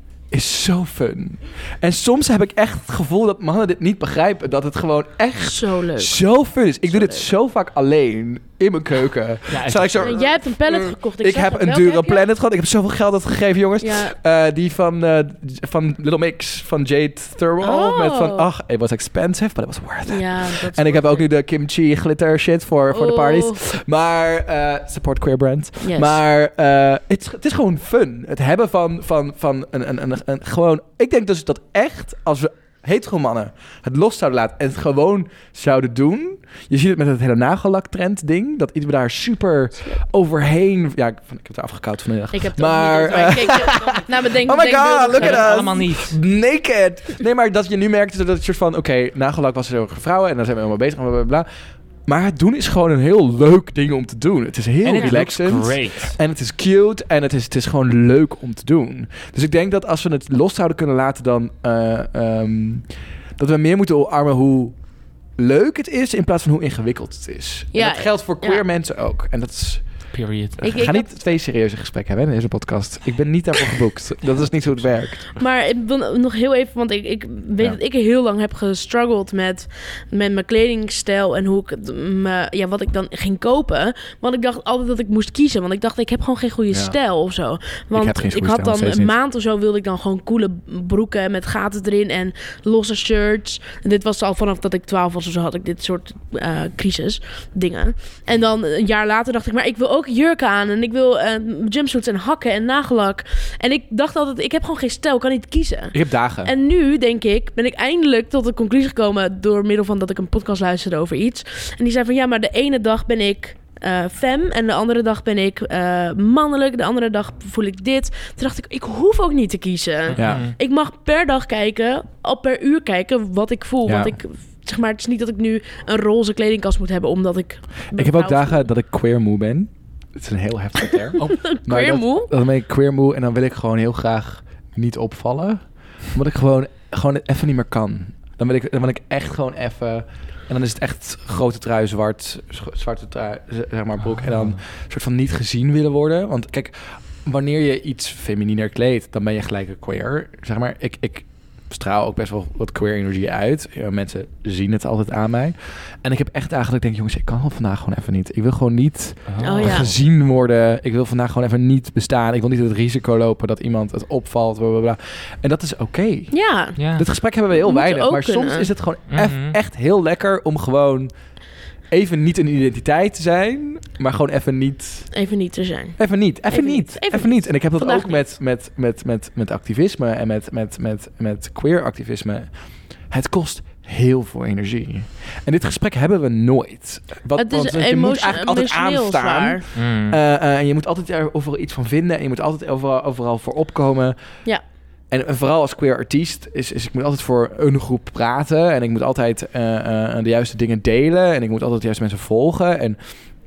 is zo fun. En soms heb ik echt het gevoel dat mannen dit niet begrijpen. Dat het gewoon echt Zo leuk. zo fun is. Ik Zo doe dit leuk. zo vaak alleen in mijn keuken. Ja, Sta ik zo, En jij hebt een pallet gekocht. Ik, ik zag heb dat. een Welke dure heb je? planet gehad. Ik heb zoveel geld uitgegeven, jongens. Ja. Uh, die van, uh, van Little Mix, van Jade Thermal. Oh. Met van, ach, it was expensive, but it was worth it. Ja, dat is En ik heb wel ook nu de kimchi glitter shit voor, voor de parties. Oh. Maar, uh, support queer brand. Yes. Maar uh, het, is- het is gewoon fun. Het hebben van, van, van een, een, een, een gewoon... Ik denk dus dat echt, als we hetero mannen het los zouden laten en het gewoon zouden doen. Je ziet het met het hele nagellaktrend ding. Dat iedereen daar super overheen... Ja, ik, ik heb het afgekoud vanmiddag. Ik heb het Maar, ook niet, maar eh, ik keek naar mijn denk, Oh my denkbeeldige- God, look at dat us. allemaal niet. Naked. Nee, maar dat je nu merkt dat het soort van... Oké, nagellak was er heel erg vrouwen en daar zijn we helemaal bezig. Bla, bla, bla. Maar het doen is gewoon een heel leuk ding om te doen. Het is heel En het looks relaxend. great. En het is cute en het is, het is gewoon leuk om te doen. Dus ik denk dat als we het los zouden kunnen laten, dan... Uh, um, dat we meer moeten omarmen hoe leuk het is in plaats van hoe ingewikkeld het is. Ja, en dat geldt voor queer ja. mensen ook. En dat is... Period. Ik- We gaan niet twee serieuze gesprekken hebben hè, in deze podcast. Ik ben niet daarvoor geboekt. Dat is niet hoe het werkt. Maar ik wil nog heel even, want ik, ik weet Ja. dat ik heel lang heb gestruggeld met, met mijn kledingstijl en hoe ik het, me, ja, wat ik dan ging kopen. Want ik dacht altijd dat ik moest kiezen, want ik dacht ik heb gewoon geen goede Ja. stijl of zo. Want heb geen ik goede had stijl, dan steeds een niet. maand of zo wilde ik dan gewoon coole broeken met gaten erin en losse shirts. En dit was al vanaf dat ik twaalf was of zo had ik dit soort uh, crisis dingen. En dan een jaar later dacht ik, maar ik wil ook jurken aan en ik wil uh, jumpsuits en hakken en nagellak. En ik dacht altijd, ik heb gewoon geen stijl, ik kan niet kiezen. Ik heb dagen. En nu, denk ik, ben ik eindelijk tot de conclusie gekomen door middel van dat ik een podcast luisterde over iets. En die zei van, ja, maar de ene dag ben ik uh, femme en de andere dag ben ik uh, mannelijk. De andere dag voel ik dit. Toen dacht ik, ik hoef ook niet te kiezen. Ja. Mm. Ik mag per dag kijken, al per uur kijken wat ik voel. Ja. Want ik, zeg maar, het is niet dat ik nu een roze kledingkast moet hebben, omdat ik... Ik heb ook dagen dat ik queer moe ben. Het is een heel heftig term. Oh, maar Queer dat- moe? Dan ben ik queer moe en dan wil ik gewoon heel graag niet opvallen. Omdat ik gewoon, gewoon even niet meer kan. Dan wil ik, dan wil ik echt gewoon even... En dan is het echt grote trui, zwart, z- zwarte trui, z- zeg maar broek. En dan een soort van niet gezien willen worden. Want kijk, wanneer je iets femininer kleedt, dan ben je gelijk een queer. Zeg maar, ik... ik straal ook best wel wat queer energie uit. Ja, mensen zien het altijd aan mij. En ik heb echt eigenlijk denk, jongens, ik kan het vandaag gewoon even niet. Ik wil gewoon niet Oh, ja. gezien worden. Ik wil vandaag gewoon even niet bestaan. Ik wil niet het risico lopen dat iemand het opvalt. Bla, bla, bla. En dat is oké. Ja. Ja. Dit gesprek hebben we heel Moet weinig. ook Maar kunnen. soms is het gewoon Mhm. eff- echt heel lekker om gewoon even niet een identiteit te zijn. Maar gewoon even niet... Even niet te zijn. Even niet, even, Even niet, niet, even, even niet. niet. En ik heb dat Vandaag ook met, met, met, met, met activisme en met, met, met, met queer activisme. Het kost heel veel energie. En dit gesprek hebben we nooit. Wat, Het is want je moet emotio- eigenlijk altijd emotioneel aanstaan. zwaar. Mm. Uh, uh, en je moet altijd er overal iets van vinden. En je moet altijd overal, overal voor opkomen. Ja. En, en vooral als queer artiest is, is ik moet altijd voor een groep praten. En ik moet altijd uh, uh, de juiste dingen delen. En ik moet altijd de juiste mensen volgen. En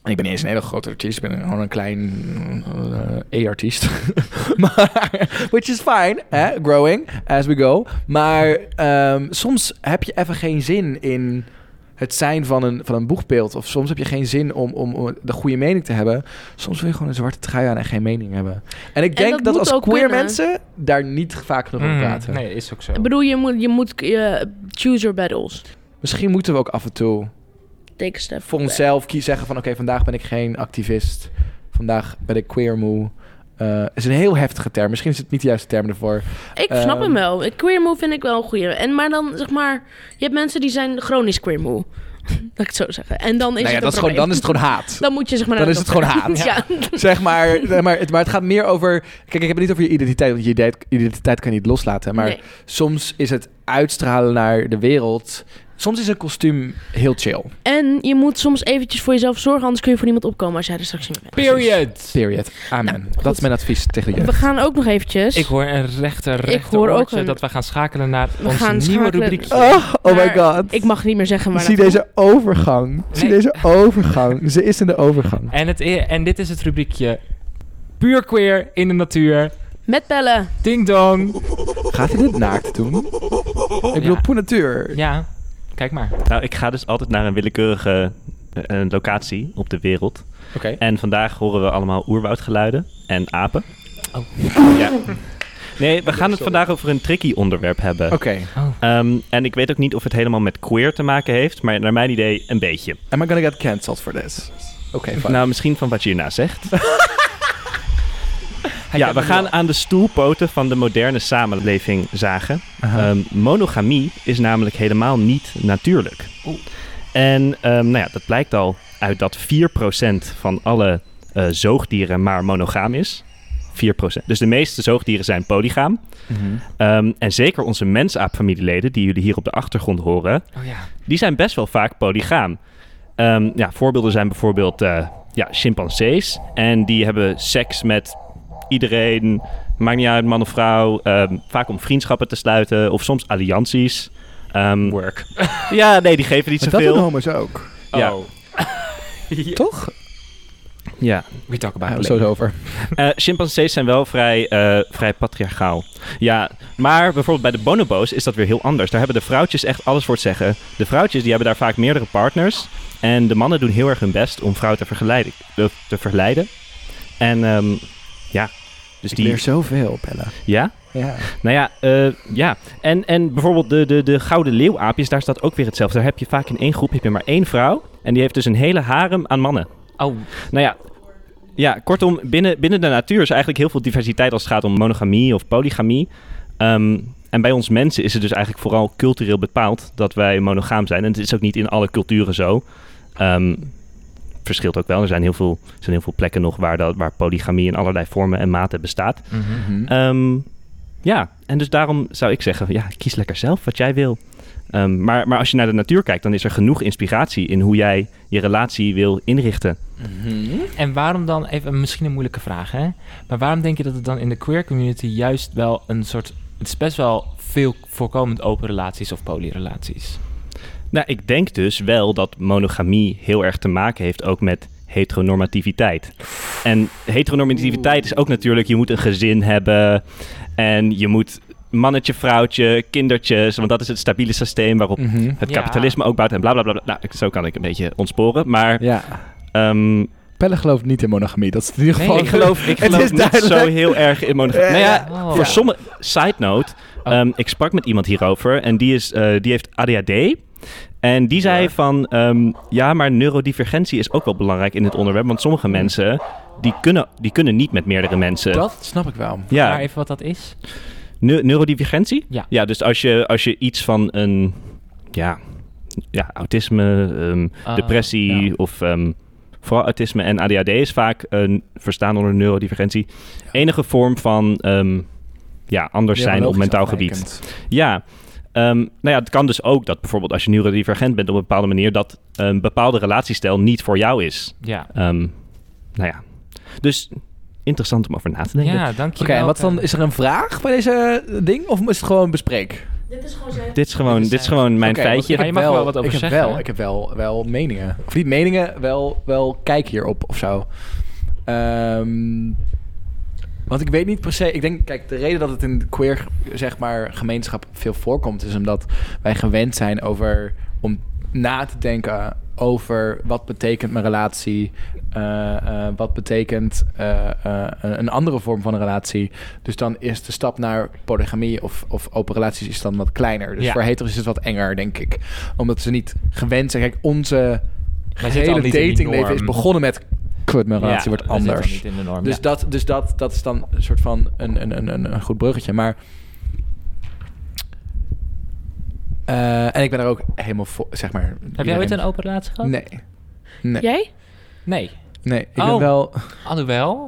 En ik ben niet eens een hele grote artiest. Ik ben gewoon een klein uh, E-artiest. maar, which is fine, hè? Growing as we go. Maar um, soms heb je even geen zin in het zijn van een, van een boegbeeld. Of soms heb je geen zin om, om, om de goede mening te hebben. Soms wil je gewoon een zwarte trui aan en geen mening hebben. En ik denk dat dat, moet als ook queer kunnen. mensen daar niet vaak genoeg over Mm, praten. nee, is ook zo. Ik bedoel, je moet, je moet uh, choose your battles. Misschien moeten we ook af en toe Take a step voor back. onszelf kiezen zeggen van... oké, okay, vandaag ben ik geen activist. Vandaag ben ik queer moe. Uh, het is een heel heftige term. Misschien is het niet de juiste term ervoor. Ik Um, snap hem wel. Queer moe vind ik wel een goeie. En maar dan, zeg maar... Je hebt mensen die zijn chronisch queer moe. Laat ik het zo zeggen. En dan is Nou ja, het dat is een gewoon, dan probleem. is het gewoon haat. Dan moet je zeg maar... Dan naar is de het dokter. gewoon haat. Ja. Zeg maar, maar, het, maar het gaat meer over... Kijk, ik heb het niet over je identiteit. Want je ident- identiteit kan je niet loslaten. Maar Nee. soms is het uitstralen naar de wereld... Soms is een kostuum heel chill. En je moet soms eventjes voor jezelf zorgen... anders kun je voor niemand opkomen als jij er straks niet meer bent. Period. Period. Amen. Nou, goed. dat is mijn advies tegen de We jeugd. gaan ook nog eventjes... Ik hoor een rechter, rechter hoor ook oortje een- dat we gaan schakelen naar We ons gaan nieuwe schakelen- rubriekje. Oh, oh my Maar god. Ik mag niet meer zeggen waar Zie dat deze overgang. Zie Nee. deze overgang. Ze is in de overgang. En, het, i- en dit is het rubriekje Puur Queer in de Natuur. Met bellen. Ding dong. Gaat hij dit naakt doen? Ik bedoel, Ja. pour natuur. Ja, kijk maar. Nou, ik ga dus altijd naar een willekeurige uh, locatie op de wereld. Oké. En vandaag horen we allemaal oerwoudgeluiden en apen. Oh. Ja. Nee, we gaan het vandaag over een tricky onderwerp hebben. Oké. Um, en ik weet ook niet of het helemaal met queer te maken heeft, maar naar mijn idee een beetje. Am I gonna get cancelled for this? Oké, fine. Nou, misschien van wat je hierna zegt. Ja, we gaan aan de stoelpoten van de moderne samenleving zagen. Aha. Um, monogamie is namelijk helemaal niet natuurlijk. Oeh. En um, nou ja, dat blijkt al uit dat vier procent van alle uh, zoogdieren maar monogaam is. vier procent. Dus de meeste zoogdieren zijn polygaam. Mhm. Um, en zeker onze mensaapfamilieleden, die jullie hier op de achtergrond horen, Oh ja. die zijn best wel vaak polygaam. Um, ja, voorbeelden zijn bijvoorbeeld uh, ja, chimpansees. En die hebben seks met iedereen, maakt niet uit, man of vrouw. Um, vaak om vriendschappen te sluiten of soms allianties. Um, Work. ja, nee, die geven niet Maar dat doen zoveel. homo's ook. Ja. Oh. Ja. Toch? Ja. We talk Ah, about zo it. zo over. Uh, chimpansees zijn wel vrij, uh, vrij patriarchaal. Ja, maar bijvoorbeeld bij de bonobo's is dat weer heel anders. Daar hebben de vrouwtjes echt alles voor het zeggen. De vrouwtjes die hebben daar vaak meerdere partners. En de mannen doen heel erg hun best om vrouwen te vergeleiden. Te, te verleiden. En um, ja, dus Ik die... leer zoveel, Bella. Ja? Ja. Nou ja, uh, ja. En, en bijvoorbeeld de, de, de gouden leeuwaapjes, daar staat ook weer hetzelfde. Daar heb je vaak in één groep heb je maar één vrouw. En die heeft dus een hele harem aan mannen. Oh, Nou ja, ja kortom, binnen, binnen de natuur is eigenlijk heel veel diversiteit als het gaat om monogamie of polygamie. Um, en bij ons mensen is het dus eigenlijk vooral cultureel bepaald dat wij monogaam zijn. En het is ook niet in alle culturen zo. Um, verschilt ook wel. Er zijn heel veel, er zijn heel veel plekken nog waar, dat, waar polygamie in allerlei vormen en maten bestaat. mhm. Mhm. Um, ja, en dus daarom zou ik zeggen, ja, kies lekker zelf wat jij wil. Um, maar, maar als je naar de natuur kijkt, dan is er genoeg inspiratie in hoe jij je relatie wil inrichten. Mhm. En waarom dan, even misschien een moeilijke vraag, hè? Maar waarom denk je dat het dan in de queer community juist wel een soort... Het is best wel veel voorkomend open relaties of polyrelaties. Nou, ik denk dus wel dat monogamie heel erg te maken heeft ook met heteronormativiteit. En heteronormativiteit is ook natuurlijk, je moet een gezin hebben en je moet mannetje, vrouwtje, kindertjes, want dat is het stabiele systeem waarop Mhm. het Ja. kapitalisme ook bouwt en bla bla bla. bla. Nou, zo kan ik een beetje ontsporen, maar Ja. um, Pelle gelooft niet in monogamie. Dat is in ieder Nee, geval... ik geloof, ik Het geloof is niet duidelijk. zo heel erg in monogamie. Eh, Nou ja, Oh. voor Ja. sommige... Side note, Oh. um, ik sprak met iemand hierover en die, is, uh, die heeft A D H D. En die zei Ja. van, um, ja, maar neurodivergentie is ook wel belangrijk in het onderwerp. Want sommige mensen, die kunnen, die kunnen niet met meerdere mensen. Dat snap ik wel. ja, Maar even wat dat is. Ne- neurodivergentie? Ja. Ja, dus als je, als je iets van een, ja, ja autisme, um, Ah, depressie ja. of... Um, vooral autisme en A D H D is vaak een verstaan onder neurodivergentie. Enige vorm van um, ja, anders zijn op Neurologisch mentaal gebied. afwijkend. Ja, um, nou ja, het kan dus ook dat bijvoorbeeld als je neurodivergent bent op een bepaalde manier, dat een bepaalde relatiestijl niet voor jou is. Ja. Um, nou ja, dus interessant om over na te denken. Ja, dank je Oké, wel. en wat dan? Is er een vraag bij deze ding? Of is het gewoon bespreek? Dit is gewoon zijn... Dit is gewoon, Dit dit is is gewoon mijn Oké, want feitje. Ja, ik heb je mag wel, er wel wat over ik heb zeggen. Wel, ik heb wel, wel meningen. Of niet meningen, wel, wel kijk hierop of zo. Ehm, want ik weet niet per se... Ik denk, kijk, de reden dat het in de queer, zeg maar, gemeenschap veel voorkomt... is omdat wij gewend zijn over... om na te denken over wat betekent mijn relatie... Uh, uh, wat betekent uh, uh, een andere vorm van een relatie. Dus dan is de stap naar polygamie of, of open relaties is dan wat kleiner. Dus Ja. voor hetero's is het wat enger, denk ik. Omdat ze niet gewend zijn. Kijk, onze zitten al hele niet in die datingleven norm. is begonnen met... Kut, mijn relatie wordt we zitten anders. niet in de norm, Dus, ja. dat, dus dat, dat is dan een soort van een, een, een, een, een goed bruggetje. Maar... Uh, en ik ben er ook helemaal voor, zeg maar... Heb jij iedereen- ooit een open relatie gehad? Nee. Nee. Jij? Nee. Nee, ik Oh. ben wel... Alhoewel...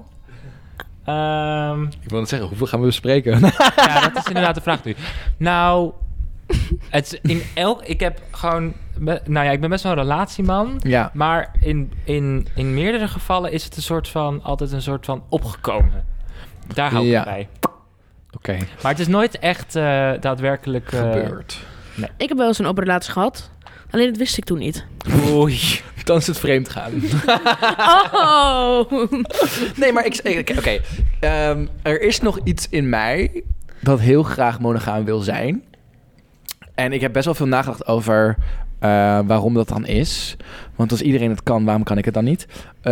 Ehm Ik wil net zeggen, hoeveel gaan we bespreken? ja, dat is inderdaad de vraag nu. Nou, het is in elk... Ik heb gewoon... be- Nou ja, ik ben best wel een relatieman. Ja. Maar in, in, in meerdere gevallen is het een soort van... Altijd een soort van opgekomen. Daar hou ik Ja. bij. Oké. Maar het is nooit echt uh, daadwerkelijk... Uh, Gebeurd. Ik heb wel eens een open relatie gehad. Alleen dat wist ik toen niet. Oei. Dan is het vreemd gaan. Oh! Nee, maar ik... ik- Oké. Ehm, er is nog iets in mij dat heel graag monogaam wil zijn. En ik heb best wel veel nagedacht over uh, waarom dat dan is. Want als iedereen het kan, waarom kan ik het dan niet?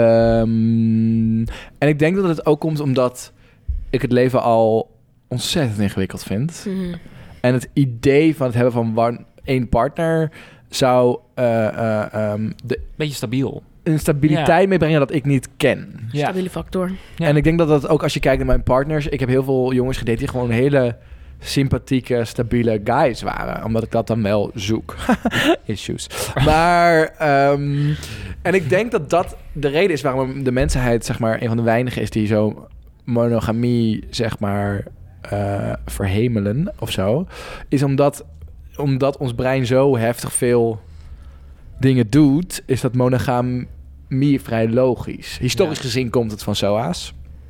Ehm, en ik denk dat het ook komt omdat ik het leven al ontzettend ingewikkeld vind. Mhm. En het idee van het hebben van one- één partner zou uh, uh, um, de, Beetje stabiel. een stabiliteit meebrengen dat ik niet ken. Ja. Stabiele factor. Ja. En ik denk dat dat ook als je kijkt naar mijn partners... Ik heb heel veel jongens gedate die gewoon hele sympathieke, stabiele guys waren. Omdat ik dat dan wel zoek. Issues. Maar... Um, en ik denk dat dat de reden is waarom de mensheid, zeg maar, een van de weinigen is die zo monogamie, zeg maar, uh, verhemelen of zo. Is omdat, omdat ons brein zo heftig veel dingen doet, is dat monogamie vrij logisch. Historisch Ja. gezien komt het van S O A's.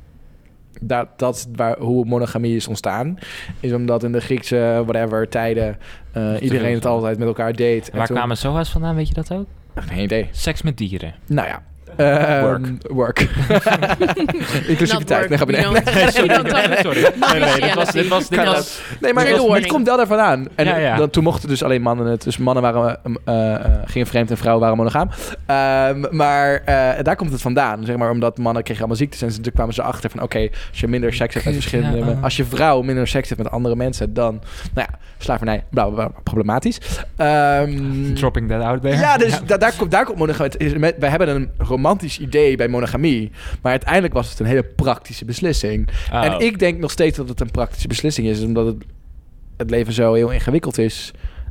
Dat, dat is waar, hoe monogamie is ontstaan. Is omdat in de Griekse whatever tijden uh, iedereen het altijd met elkaar deed. En waar toen, kwamen S O A's vandaan, weet je dat ook? Geen idee. Seks met dieren. Nou ja. Uh, Work. Work. Inclusiviteit. Nee, ga Not beneden. work, we don't- we don't talk- Sorry. Nee, nee, dit was... Dit was, dit Kan was Nee, maar Trigger het, warning. het komt wel daarvan aan. En Ja, ja. Dan, toen mochten dus alleen mannen het. Dus mannen waren, uh, uh, gingen vreemd en vrouwen waren monogaam. Um, maar uh, daar komt het vandaan. Zeg maar, omdat mannen kregen allemaal ziektes. En toen kwamen ze achter van... Oké, okay, als je minder seks hebt met verschillende... Ja, uh. Als je vrouw minder seks hebt met andere mensen... Dan, nou ja, slavernij, bla, bla, bla, problematisch. Um, dropping that out there. Ja, dus da- daar, komt, daar komt monogamie. Het is met- Wij hebben een romantisch idee bij monogamie. Maar uiteindelijk was het een hele praktische beslissing. Oh. En ik denk nog steeds dat het een praktische beslissing is. Omdat het, het leven zo heel ingewikkeld is.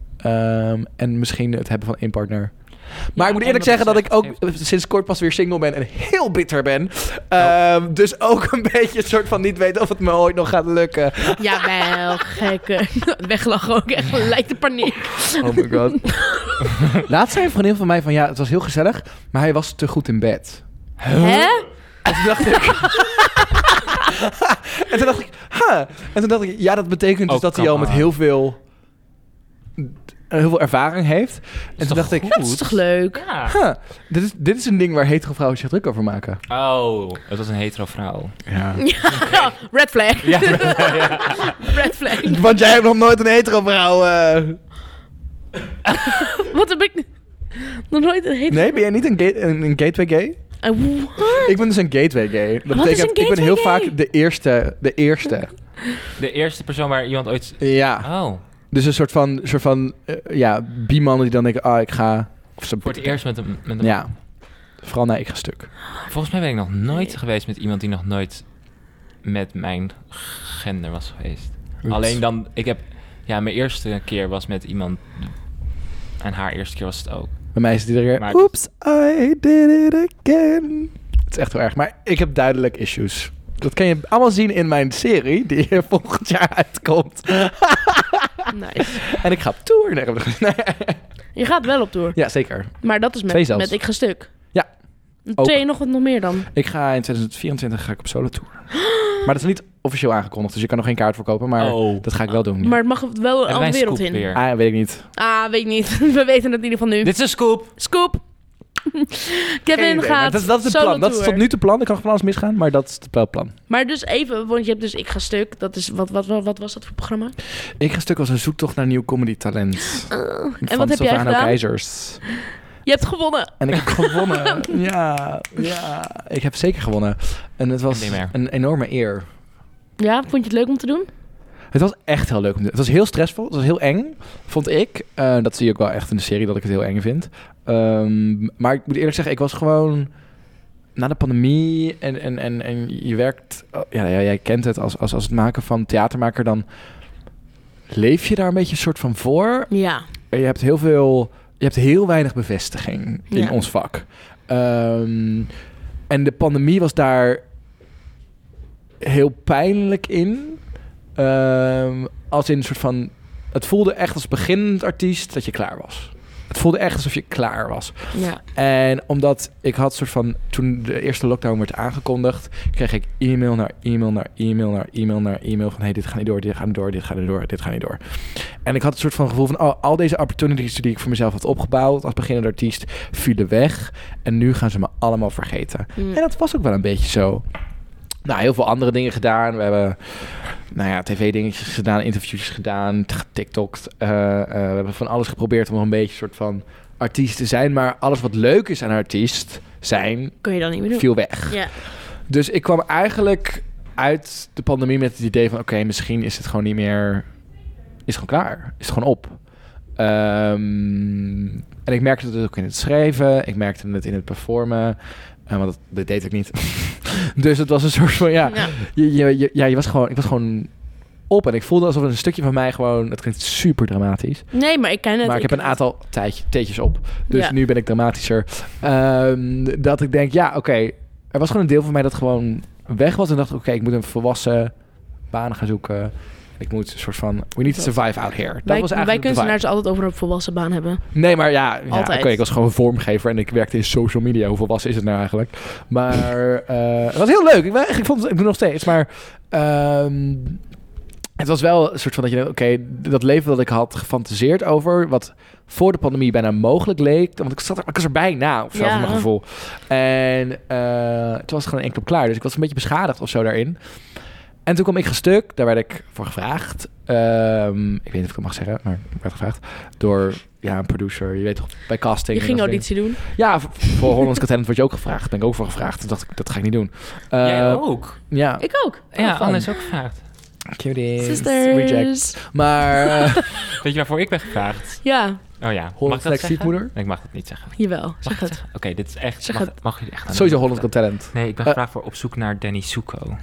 Um, en misschien het hebben van één partner. Maar Ja, ik moet en eerlijk wat zeggen dat het ik ook geeft. sinds kort pas weer single ben en heel bitter ben. Um, Oh. Dus ook een beetje een soort van niet weten of het me ooit nog gaat lukken. Jawel, gekke. Weglachen ook echt gelijk de paniek. Oh my god. Laatst zei een vriendin van mij van ja, het was heel gezellig, maar hij was te goed in bed. Hè? En toen dacht ik... en toen dacht ik... Huh. En toen dacht ik... Ja, dat betekent dus Oh, dat hij al come met on. heel veel... heel veel ervaring heeft. En toen toch dacht ik... goed? Dat is toch leuk? Ja. Huh, dit, is, dit is een ding waar hetero vrouwen zich druk over maken. Oh, het was een hetero vrouw. Ja. Ja, red flag. Ja. Red flag. Want jij hebt nog nooit een hetero vrouw... Uh... Wat heb ik... Nog nooit een heet... Nee, ben jij niet een, ga- een, een gateway gay? Uh, what? Ik ben dus een gateway gay. Dat Wat is betekent, een ik ben heel gateway gay? vaak de eerste. De eerste. De eerste persoon waar iemand ooit... Ja. Oh, Dus een soort van... Soort van uh, ja, bi-mannen die dan denken... Ah, ik ga... Of zo, voor het eerst met een... Met een Ja. Vooral nee, ik ga stuk. Volgens mij ben ik nog nooit geweest met iemand die nog nooit met mijn gender was geweest. Oeps. Alleen dan... Ik heb... Ja, mijn eerste keer was met iemand... En haar eerste keer was het ook. Bij mij is het iedere keer... Maar- Oops, I did it again. Het is echt heel erg. Maar ik heb duidelijk issues. Dat kan je allemaal zien in mijn serie... die volgend jaar uitkomt. Nice. En ik ga op tour. Nee, nee. Je gaat wel op tour. Ja, zeker. Maar dat is Twee met, zelfs. met Ik Ga Stuk. Ja. Ook. Twee nog wat nog meer dan. Ik ga in twintig vierentwintig ga ik op solo tour. Maar dat is niet officieel aangekondigd. Dus je kan nog geen kaart verkopen. Maar Oh. dat ga ik wel doen. Maar het mag wel een Hebben wij andere een wereld scoop in. weer? Ah, weet ik niet. Ah, weet ik niet. We weten het in ieder geval nu. Dit is een scoop. Scoop. Geen Kevin idee, maar gaat dat, dat is het solo plan. Dat is tour. tot nu toe plan. Er kan nog van alles misgaan, maar dat is het wel plan. Maar dus even, want je hebt dus Ik Ga Stuk. Dat is, wat, wat, wat, wat was dat voor programma? Ik ga stuk als een zoektocht naar nieuw comedy talent. Uh, en Van wat heb jij Silvano gedaan? Keizers. Je hebt gewonnen. En ik heb gewonnen. ja, ja, ik heb zeker gewonnen. En het was Niet meer. een enorme eer. Ja, vond je het leuk om te doen? Het was echt heel leuk om te doen. Het was heel stressvol. Het was heel eng, vond ik. Uh, dat zie je ook wel echt in de serie, dat ik het heel eng vind. Um, maar ik moet eerlijk zeggen, ik was gewoon... Na de pandemie en, en, en, en je werkt... Oh, ja, ja, jij kent het als, als, als het maken van theatermaker. Dan leef je daar een beetje een soort van voor. Ja. En je hebt heel veel... Je hebt heel weinig bevestiging in Ja. ons vak. Um, en de pandemie was daar heel pijnlijk in. Um, als in een soort van... Het voelde echt als beginnend artiest dat je klaar was. Het voelde echt alsof je klaar was. Ja. En omdat ik had soort van... Toen de eerste lockdown werd aangekondigd... kreeg ik e-mail naar e-mail naar e-mail naar e-mail naar e-mail... van hey, dit gaat niet door, dit gaat niet door, dit gaat niet door, dit gaat niet door. En ik had een soort van gevoel van... Oh, al deze opportunities die ik voor mezelf had opgebouwd... als beginnende artiest, vielen weg. En nu gaan ze me allemaal vergeten. Mm. En dat was ook wel een beetje zo. Nou, heel veel andere dingen gedaan. We hebben... Nou ja, tv-dingetjes gedaan, interviewtjes gedaan, TikTokt. Uh, uh, we hebben van alles geprobeerd om nog een beetje een soort van artiest te zijn. Maar alles wat leuk is aan een artiest zijn, Kun je dan niet meer doen. viel weg. Ja. Dus ik kwam eigenlijk uit de pandemie met het idee van... oké, okay, misschien is het gewoon niet meer... Is het gewoon klaar. Is het gewoon op. Um, en ik merkte het ook in het schrijven. Ik merkte het in het performen. Uh, want dat, dat deed ik niet. Dus het was een soort van, ja... Ja. Je, je, je, ja, je was gewoon, ik was gewoon op. En ik voelde alsof een stukje van mij gewoon... Het klinkt super dramatisch. Nee, maar ik ken het. Maar ik, heb een aantal tijdje, teetjes op. Dus Ja. nu ben ik dramatischer. Um, dat ik denk, ja, oké. Okay, er was gewoon een deel van mij dat gewoon weg was. En dacht, oké, okay, ik moet een volwassen baan gaan zoeken. Ik moet een soort van... We need to survive out here. Dat Wij, was wij eigenlijk de kunstenaars vibe. altijd over een volwassen baan hebben. Nee, maar ja, ja Altijd. oké, ik was gewoon vormgever en ik werkte in social media. Hoe volwassen is het nou eigenlijk? Maar uh, het was heel leuk. Ik, ik vond het, ik doe nog steeds, maar um, het was wel een soort van dat je, oké, okay, dat leven dat ik had gefantaseerd over, wat voor de pandemie bijna mogelijk leek, want ik zat er, ik was er bijna of zo, Ja. van mijn gevoel. En uh, toen was het gewoon enkel op klaar, dus ik was een beetje beschadigd of zo daarin. En toen kwam Ik Ga Stuk, daar werd ik voor gevraagd. Um, ik weet niet of ik het mag zeggen, maar ik werd gevraagd door ja, een producer. Je weet toch, bij casting. Je ging en dat auditie doen. ja, voor, voor Hollands Got Talent word je ook gevraagd. Daar ben ik ook voor gevraagd. Toen dacht ik, dat ga ik niet doen. Uh, Jij ook? Ja. Ik ook. Ja, fun. Anne is ook gevraagd. Cuties. Sisters. Reject. Maar uh, Weet je waarvoor ik ben gevraagd? Ja, Oh ja. Mag Hollands ik dat Next zeggen? Stiefmoeder? Nee, ik mag het niet zeggen. jawel. Mag Zeg ik het het. zeggen? Oké, dit is echt... Zeg mag, het. mag je echt aan sowieso Hollands Got Talent. Nee, ik ben Uh, gevraagd voor op zoek naar Danny Suko.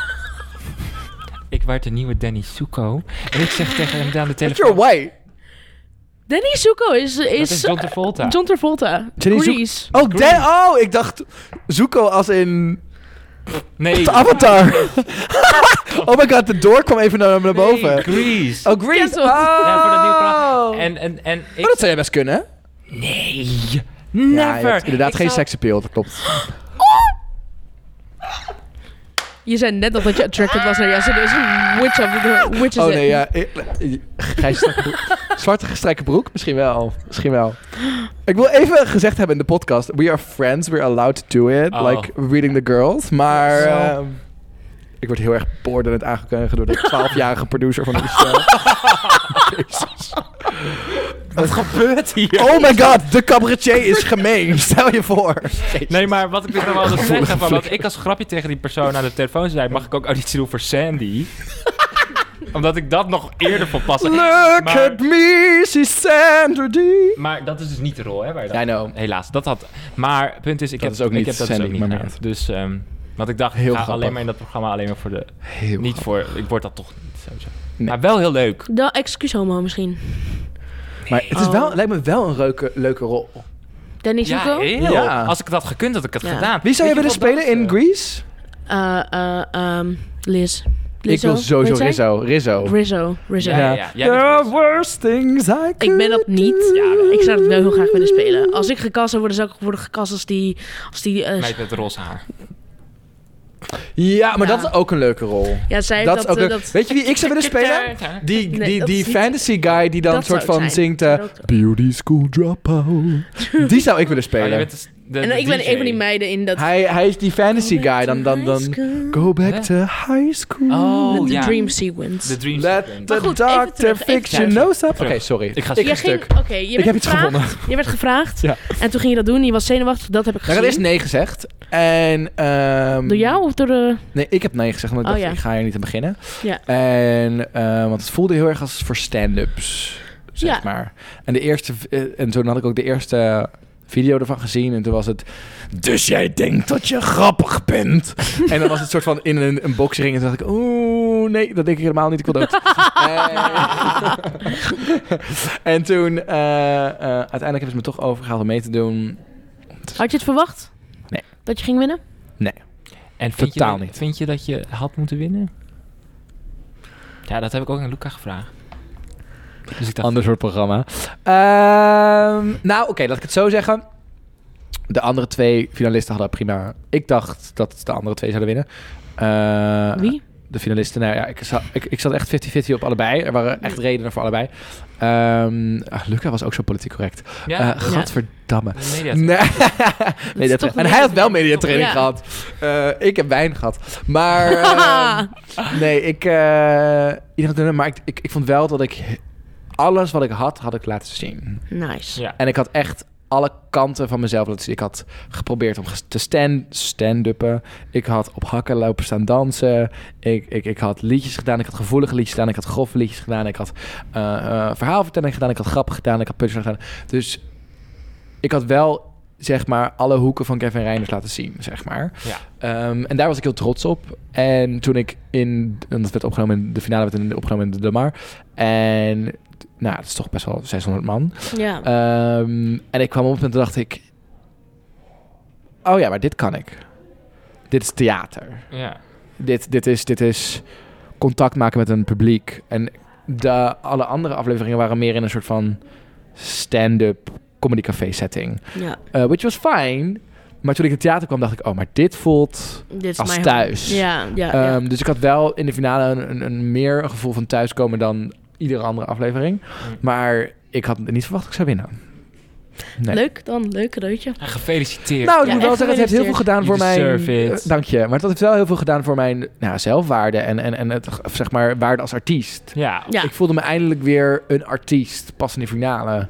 Ik werd de nieuwe Danny Suko. En ik zeg tegen hem aan de But telefoon... you're white. Danny Zuko is... is, Dat is John Travolta. John Travolta. Jenny Zuko- Grease. Oh, Dan- oh, ik dacht Zuko als in Nee. de Avatar. Oh my god, de door kwam even naar, naar boven. Nee, Grease. Oh, Grease. Cancel. Oh. Ja, voor dat nieuwe programma. En, en, en ik... Oh, dat zou jij best kunnen, hè? Nee. Ja, je Never. hebt inderdaad Ik geen zou- seksappeal, dat klopt. Je zei net nog dat je attracted was naar Jesse, dus which of the which is Oh it? nee, ja. ik- Grijs strakke broek. Zwarte gestrijke broek? Misschien wel. Misschien wel. Ik wil even gezegd hebben in de podcast. We are friends. We're allowed to do it. Oh. Like reading the girls. Maar Zo. ehm, ik word heel erg beoordelend aangekondigd door de twaalfjarige producer van de show. Jezus. Wat gebeurt hier? Oh my god, de cabaretier is gemeen. Stel je voor. Nee, maar wat ik dus nog wel wilde Gevoelige zeggen... Van, wat flik. ik als grapje tegen die persoon aan de telefoon zei... mag ik ook auditie doen voor Sandy? Omdat ik dat nog eerder vond passen. Look maar, at me, she's Sandra D. maar dat is dus niet de rol, hè? Waar je dat, I know. Helaas, dat had... Maar het punt is, ik Dat heb, is ook ik niet heb dat Sandy, dus ook niet maar gedaan. niet. Dus, um, want ik dacht, Heel ik ga grappig. alleen maar in dat programma... alleen maar voor de... Heel niet grappig. voor... Ik word dat toch niet, sowieso. Nee. Maar wel heel leuk. De excuus homo misschien. Maar het is Oh. wel, lijkt me wel een leuke, leuke rol. Danny Zuko? Ja, heel. Ja. Als ik het had gekund, had ik het Ja. gedaan. Wie zou je Weet willen wat spelen in dat, eh, Grease? Eh, eh, um, Liz. Ik Lizzo? wil sowieso Hoe heet zij? Rizzo. Rizzo. Rizzo. Rizzo. Ja, ja, ja. Jij bent The Rizzo. worst things I could Ik ben dat niet. Ja, Ik zou het wel heel graag willen spelen. Als ik gekast zou worden, zou ik worden gekast als die... Als die uh, Meid met roze haar. Ja, maar Ja. dat is ook een leuke rol. Ja, zij heeft Dat dat... is ook eh, een- dat Weet je wie ik zou willen spelen? Die, Nee, die, dat die is niet- fantasy guy die dan dat een soort zou van het zijn. zingt... eh, Dat zou ook- Beauty School Dropout. Die zou ik willen Oh, je spelen. bent dus de, en de ik ben D J. een van die meiden in dat... Hij, hij is die fantasy guy. Dan, dan, dan go back Hè? to high school. Oh, de ja. dream sequence. De Dream Let Sequence. the Maar goed, even doctor terug, even fix your terug. nose up. Oké, Terug. sorry. Ik ga ik Je een ging, stuk. oké, je werd heb iets gevraagd. gevonden. Je werd gevraagd. Ja. En toen ging je dat doen. Je was zenuwachtig. Dat heb ik Nou, gezien. er is nee gezegd. En, ehm, Door jou of door de... Nee, ik heb nee gezegd, want ik Oh, dacht, ja. ik ga hier niet aan beginnen. Ja. En, eh, want het voelde heel erg als voor stand-ups, zeg Ja. maar. En, de eerste, eh, en toen had ik ook de eerste video ervan gezien. En toen was het... Dus jij denkt dat je grappig bent. En dan was het soort van in een, een boxring. En toen dacht ik... Oeh, nee, dat denk ik helemaal niet. Ik wil dood. en, en toen... eh, eh, uiteindelijk hebben ze me toch overgehaald om mee te doen. Had je het verwacht? Nee. Dat je ging winnen? En vind je, Totaal dat- niet. vind je dat je had moeten winnen? Ja, dat heb ik ook aan Luca gevraagd. Dus ik dacht... Ander soort programma. Ehm, nou, oké, laat ik het zo zeggen. De andere twee finalisten hadden prima... Ik dacht dat de andere twee zouden winnen. Eh, Wie? De finalisten, nou ja, ik zat, ik, ik zat echt fifty fifty op allebei. Er waren echt redenen voor allebei. Ehm ach, Luca was ook zo politiek correct. Ja, Eh, gadverdamme. de media. Nee. Mediatra- toch en hij had wel mediatraining Ja. gehad. Eh, ik heb wijn gehad. Maar eh, nee, ik, eh, iedereen, maar ik, ik, ik vond wel dat ik alles wat ik had, had ik laten zien. Nice. Ja. En ik had echt alle kanten van mezelf laten zien. Ik had geprobeerd om ges- te stand, stand-uppen. Ik had op hakken lopen staan dansen. Ik, ik, ik had liedjes gedaan. Ik had gevoelige liedjes gedaan. Ik had grove liedjes gedaan. Ik had uh, uh, verhaalvertelling gedaan. Ik had grappen gedaan. Ik had punchline gedaan. Dus ik had wel, zeg maar, alle hoeken van Kevin Reiners laten zien, zeg maar. Ja. Um, en daar was ik heel trots op. En toen ik in... En dat werd opgenomen in de finale, werd in, opgenomen in de De Mar. En... Nou, dat is toch best wel zeshonderd man. Ja. Um, en ik kwam op en toen dacht ik... Oh ja, maar dit kan ik. Dit is theater. Ja. Dit, dit, is, dit is contact maken met een publiek. En de, alle andere afleveringen waren meer in een soort van stand-up comedy café setting. ja. Uh, which was fine. Maar toen ik in het theater kwam, dacht ik... Oh, maar dit voelt Dit is als mijn thuis. Ja, ja, ja. Um, dus ik had wel in de finale een, een, een meer een gevoel van thuiskomen dan iedere andere aflevering. Maar ik had niet verwacht dat ik zou winnen. Nee. Leuk dan, leuk cadeautje. En gefeliciteerd. Nou, ik Ja, moet wel echt zeggen, het heeft heel veel gedaan voor You mijn... deserve it. Uh, dank je. Maar het heeft wel heel veel gedaan voor mijn nou, zelfwaarde en, en, en het, zeg maar, waarde als artiest. Ja. Ja. Ik voelde me eindelijk weer een artiest, pas in de finale.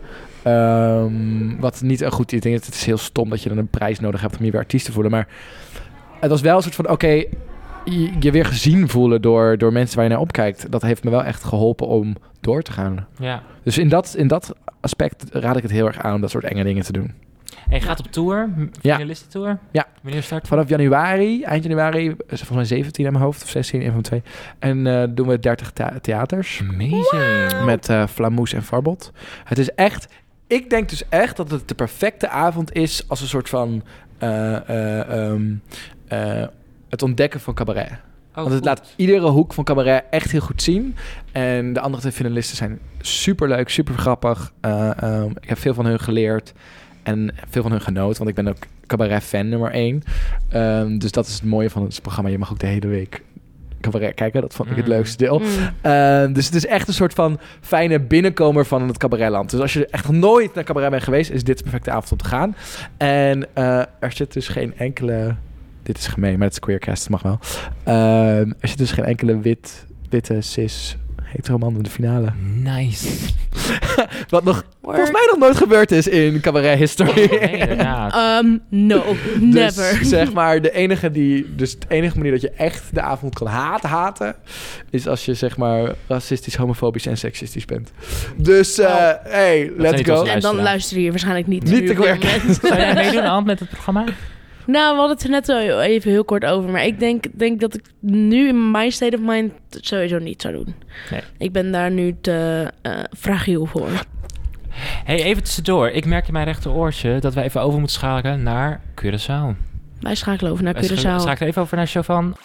Um, wat niet een goed idee is. Het is heel stom dat je dan een prijs nodig hebt om je weer artiest te voelen. Maar het was wel een soort van, oké, okay, je, je weer gezien voelen door, door mensen waar je naar opkijkt. Dat heeft me wel echt geholpen om door te gaan. Ja. Dus in dat, in dat aspect raad ik het heel erg aan om dat soort enge dingen te doen. En je gaat op tour, Ja. finalistentour. Ja. Wanneer start? Vanaf januari, eind januari, is volgens mij zeventien aan mijn hoofd, of zestien, een van de twee. En uh, doen we dertig thea- theaters. Amazing. Met uh, Flamoes en Farbot. Het is echt... Ik denk dus echt dat het de perfecte avond is als een soort van... Uh, uh, um, uh, het ontdekken van cabaret. Oh, Want het goed. laat iedere hoek van cabaret echt heel goed zien. En de andere twee finalisten zijn superleuk, super grappig. Uh, um, ik heb veel van hun geleerd. En veel van hun genoten. Want ik ben ook cabaret-fan nummer één. Um, dus dat is het mooie van het programma. Je mag ook de hele week cabaret kijken. Dat vond ik het Mm. leukste deel. Mm. Uh, dus het is echt een soort van fijne binnenkomer van het cabaretland. Dus als je echt nog nooit naar cabaret bent geweest, is dit de perfecte avond om te gaan. En uh, er zit dus geen enkele... Dit is gemeen, maar het is Queercast, dat mag wel. Uh, er zit dus geen enkele wit, witte, cis, hetero man in de finale. Nice. Wat nog volgens mij nog nooit gebeurd is in cabaret history. Nee, inderdaad. Um, no, never. Dus zeg maar, de enige die... Dus de enige manier dat je echt de avond kan haten, haten... is als je zeg maar racistisch, homofobisch en seksistisch bent. Dus, uh, Oh. hey, let's niet go. onze En dan luisteraar. luister je waarschijnlijk niet. Niet nu te op dit werken. moment. Zou jij meedoen, Ant, met het programma? Nou, we hadden het er net zo even heel kort over. Maar ik denk, denk dat ik nu in mijn state of mind het sowieso niet zou doen. Nee. Ik ben daar nu te uh, fragiel voor. Hey, even tussendoor. Ik merk in mijn rechteroortje dat we even over moeten schakelen naar Curaçao. Wij schakelen over naar Wij Curaçao. scha- schakelen even over naar Chauvin.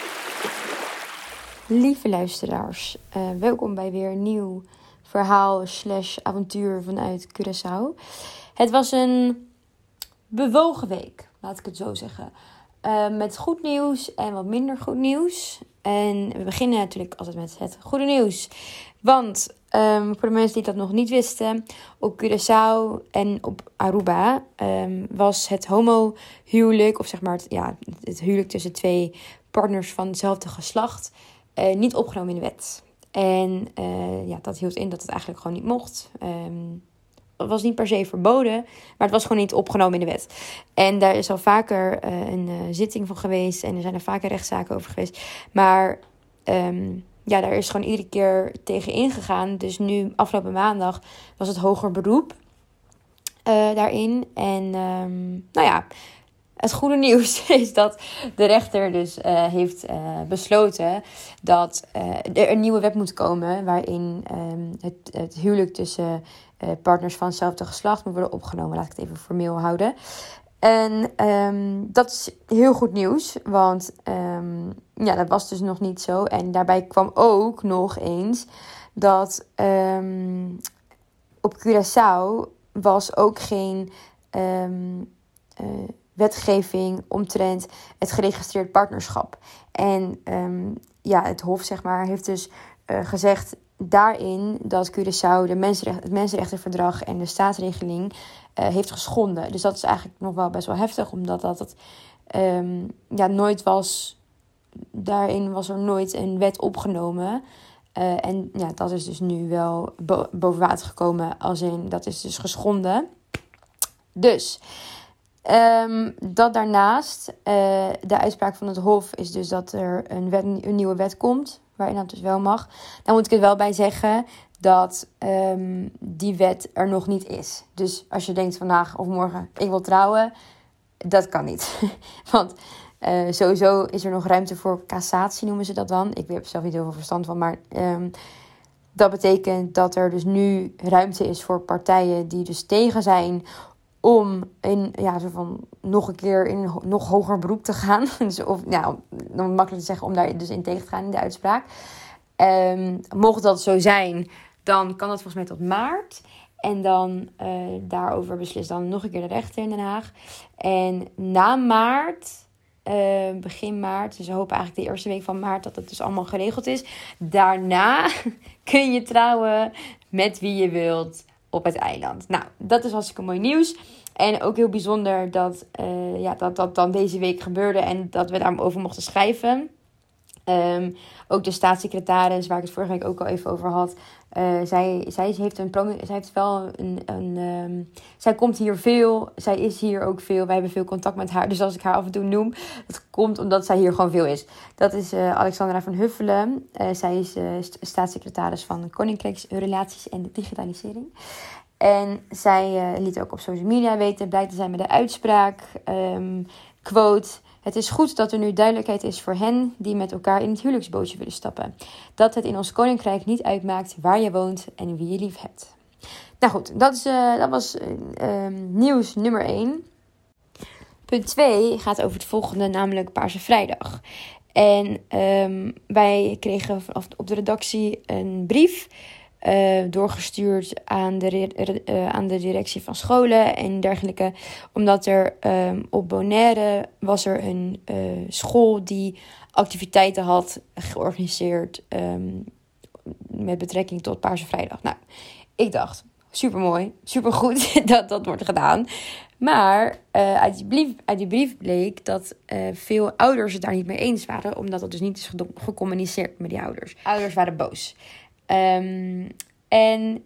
Lieve luisteraars, uh, welkom bij weer een nieuw verhaal slash avontuur vanuit Curaçao. Het was een bewogen week, laat ik het zo zeggen. uh, met goed nieuws en wat minder goed nieuws. En we beginnen natuurlijk altijd met het goede nieuws. Want um, voor de mensen die dat nog niet wisten, op Curaçao en op Aruba um, was het homohuwelijk, of zeg maar het, ja, het huwelijk tussen twee partners van hetzelfde geslacht, uh, niet opgenomen in de wet. En uh, ja, dat hield in dat het eigenlijk gewoon niet mocht. Um, het was niet per se verboden, maar het was gewoon niet opgenomen in de wet. En daar is al vaker uh, een uh, zitting van geweest en er zijn er vaker rechtszaken over geweest. Maar um, ja, daar is gewoon iedere keer tegen ingegaan. Dus nu, afgelopen maandag, was het hoger beroep uh, daarin. En um, nou ja, het goede nieuws is dat de rechter dus uh, heeft uh, besloten dat uh, er een nieuwe wet moet komen waarin um, het, het huwelijk tussen uh, partners van hetzelfde geslacht moet worden opgenomen. Laat ik het even formeel houden. En um, dat is heel goed nieuws, want um, ja, dat was dus nog niet zo. En daarbij kwam ook nog eens dat um, op Curaçao was ook geen um, uh, wetgeving omtrent het geregistreerd partnerschap. En um, ja, het Hof zeg maar heeft dus uh, gezegd daarin dat Curaçao de mensenrecht, het Mensenrechtenverdrag en de staatsregeling uh, heeft geschonden. Dus dat is eigenlijk nog wel best wel heftig, omdat dat het um, ja, nooit was. Daarin was er nooit een wet opgenomen. Uh, en ja, dat is dus nu wel bo- boven water gekomen, als in dat is dus geschonden. Dus Um, dat daarnaast, uh, de uitspraak van het Hof is dus dat er een, wet, een nieuwe wet komt, waarin dat dus wel mag. Dan moet ik er wel bij zeggen dat um, die wet er nog niet is. Dus als je denkt vandaag of morgen, ik wil trouwen, dat kan niet. Want uh, sowieso is er nog ruimte voor cassatie, noemen ze dat dan. Ik heb er zelf niet heel veel verstand van, maar um, dat betekent dat er dus nu ruimte is voor partijen die dus tegen zijn om in, ja, zo van nog een keer in een nog hoger beroep te gaan. Dus of, nou, dan makkelijk te zeggen om daar dus in tegen te gaan in de uitspraak. Um, mocht dat zo zijn, dan kan dat volgens mij tot maart. En dan uh, daarover beslist dan nog een keer de rechter in Den Haag. En na maart, uh, begin maart, dus we hopen eigenlijk de eerste week van maart dat het dus allemaal geregeld is. Daarna kun je trouwen met wie je wilt op het eiland. Nou, dat is hartstikke mooi nieuws. En ook heel bijzonder dat, uh, ja, dat dat dan deze week gebeurde en dat we daarover mochten schrijven. Um, ook de staatssecretaris, waar ik het vorige week ook al even over had. Uh, zij, zij heeft een zij heeft wel een. een um, zij komt hier veel. Zij is hier ook veel. Wij hebben veel contact met haar. Dus als ik haar af en toe noem, dat komt omdat zij hier gewoon veel is. Dat is uh, Alexandra van Huffelen. Uh, zij is uh, staatssecretaris van Koninkrijksrelaties en de Digitalisering. En zij uh, liet ook op social media weten blij te zijn met de uitspraak. Um, quote: het is goed dat er nu duidelijkheid is voor hen die met elkaar in het huwelijksbootje willen stappen. Dat het in ons koninkrijk niet uitmaakt waar je woont en wie je lief hebt. Nou goed, dat, is, uh, dat was uh, um, nieuws nummer één. Punt twee gaat over het volgende, namelijk Paarse Vrijdag. En um, wij kregen op de redactie een brief Uh, doorgestuurd aan de, re- uh, aan de directie van scholen en dergelijke. Omdat er um, op Bonaire was er een uh, school die activiteiten had georganiseerd um, met betrekking tot Paarse Vrijdag. Nou, ik dacht, supermooi, supergoed dat dat wordt gedaan. Maar uh, uit, die brief, uit die brief bleek dat uh, veel ouders het daar niet mee eens waren, omdat dat dus niet is gecommuniceerd met die ouders. Ouders waren boos. Um, en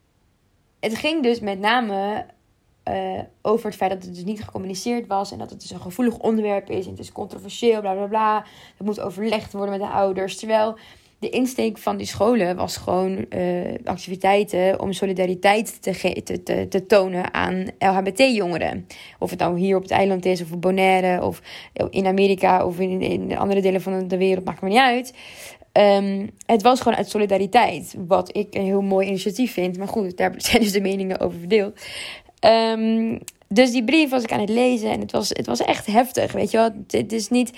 het ging dus met name uh, over het feit dat het dus niet gecommuniceerd was en dat het dus een gevoelig onderwerp is en het is controversieel, bla bla bla. Het moet overlegd worden met de ouders. Terwijl de insteek van die scholen was gewoon uh, activiteiten om solidariteit te, ge- te, te, te tonen aan L H B T-jongeren. Of het nou hier op het eiland is, of op Bonaire, of in Amerika, of in, in andere delen van de wereld, maakt me niet uit. Um, het was gewoon uit solidariteit, wat ik een heel mooi initiatief vind. Maar goed, daar zijn dus de meningen over verdeeld. Um, dus die brief was ik aan het lezen en het was, het was echt heftig, weet je wel. Het, het is niet...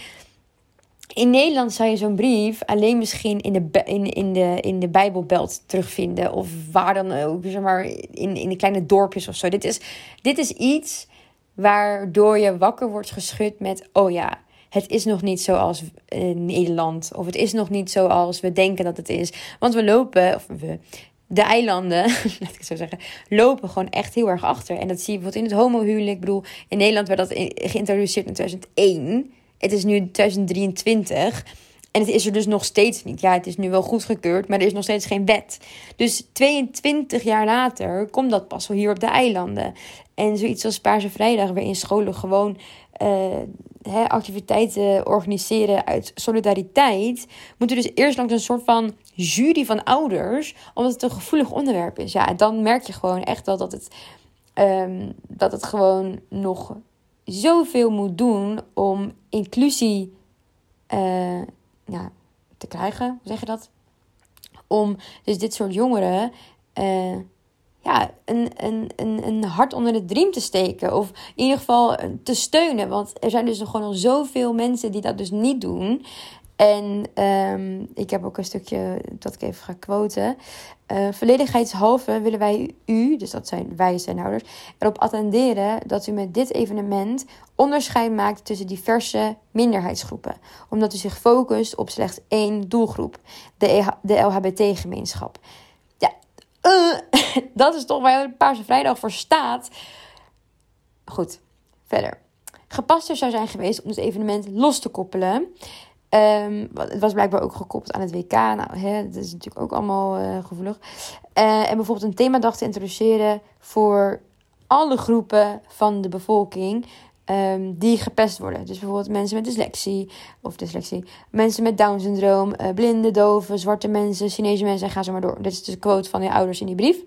In Nederland zou je zo'n brief alleen misschien in de, in, in de, in de Bijbelbelt terugvinden. Of waar dan ook, zeg maar, in, in de kleine dorpjes of zo. Dit is, dit is iets waardoor je wakker wordt geschud met... oh ja, het is nog niet zoals in Nederland. Of het is nog niet zoals we denken dat het is. Want we lopen, of we, de eilanden, laat ik het zo zeggen... lopen gewoon echt heel erg achter. En dat zie je bijvoorbeeld in het homohuwelijk. Ik bedoel, in Nederland werd dat geïntroduceerd in tweeduizend één. Het is nu tweeduizend drieëntwintig... En het is er dus nog steeds niet. Ja, het is nu wel goedgekeurd, maar er is nog steeds geen wet. Dus tweeëntwintig jaar later komt dat pas wel hier op de eilanden. En zoiets als Paarse Vrijdag, waarin scholen gewoon uh, hè, activiteiten organiseren uit solidariteit, moet er dus eerst langs een soort van jury van ouders, omdat het een gevoelig onderwerp is. Ja, en dan merk je gewoon echt wel dat het, um, dat het gewoon nog zoveel moet doen om inclusie Uh, ja, te krijgen, hoe zeg je dat? Om dus dit soort jongeren uh, ja, een, een, een, een hart onder de riem te steken. Of in ieder geval te steunen. Want er zijn dus nog gewoon al zoveel mensen die dat dus niet doen. En um, ik heb ook een stukje dat ik even ga quoten. Uh, volledigheidshalve willen wij u, dus dat zijn wij zijn ouders, erop attenderen dat u met dit evenement onderscheid maakt tussen diverse minderheidsgroepen. Omdat u zich focust op slechts één doelgroep, de, E H, de L H B T-gemeenschap. Ja, uh, dat is toch waar Paarse Vrijdag voor staat. Goed, verder. Gepaster zou zijn geweest om het evenement los te koppelen. Um, het was blijkbaar ook gekoppeld aan het W K. Nou, hè, dat is natuurlijk ook allemaal uh, gevoelig. Uh, en bijvoorbeeld een themadag te introduceren voor alle groepen van de bevolking um, die gepest worden. Dus bijvoorbeeld mensen met dyslexie, of dyslexie, mensen met Down-syndroom, uh, blinden, doven, zwarte mensen, Chinese mensen en ga zo maar door. Dit is dus de quote van die ouders in die brief.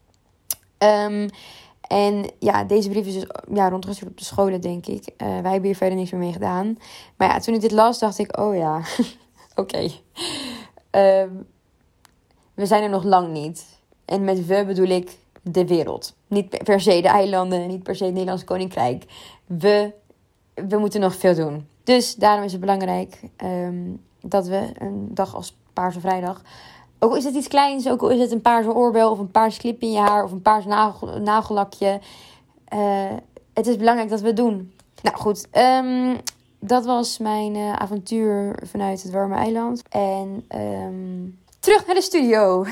Um, En ja, deze brief is dus ja, rondgestuurd op de scholen, denk ik. Uh, wij hebben hier verder niks meer mee gedaan. Maar ja, toen ik dit las, dacht ik, oh ja, oké. Okay. Uh, we zijn er nog lang niet. En met we bedoel ik de wereld. Niet per se de eilanden, niet per se het Nederlandse Koninkrijk. We, we moeten nog veel doen. Dus daarom is het belangrijk um, dat we een dag als Paarse Vrijdag... Ook al is het iets kleins, ook al is het een paarse oorbel of een paars clip in je haar of een paars nagel, nagellakje. Uh, het is belangrijk dat we het doen. Nou goed, um, dat was mijn uh, avontuur vanuit het warme eiland. En um, terug naar de studio.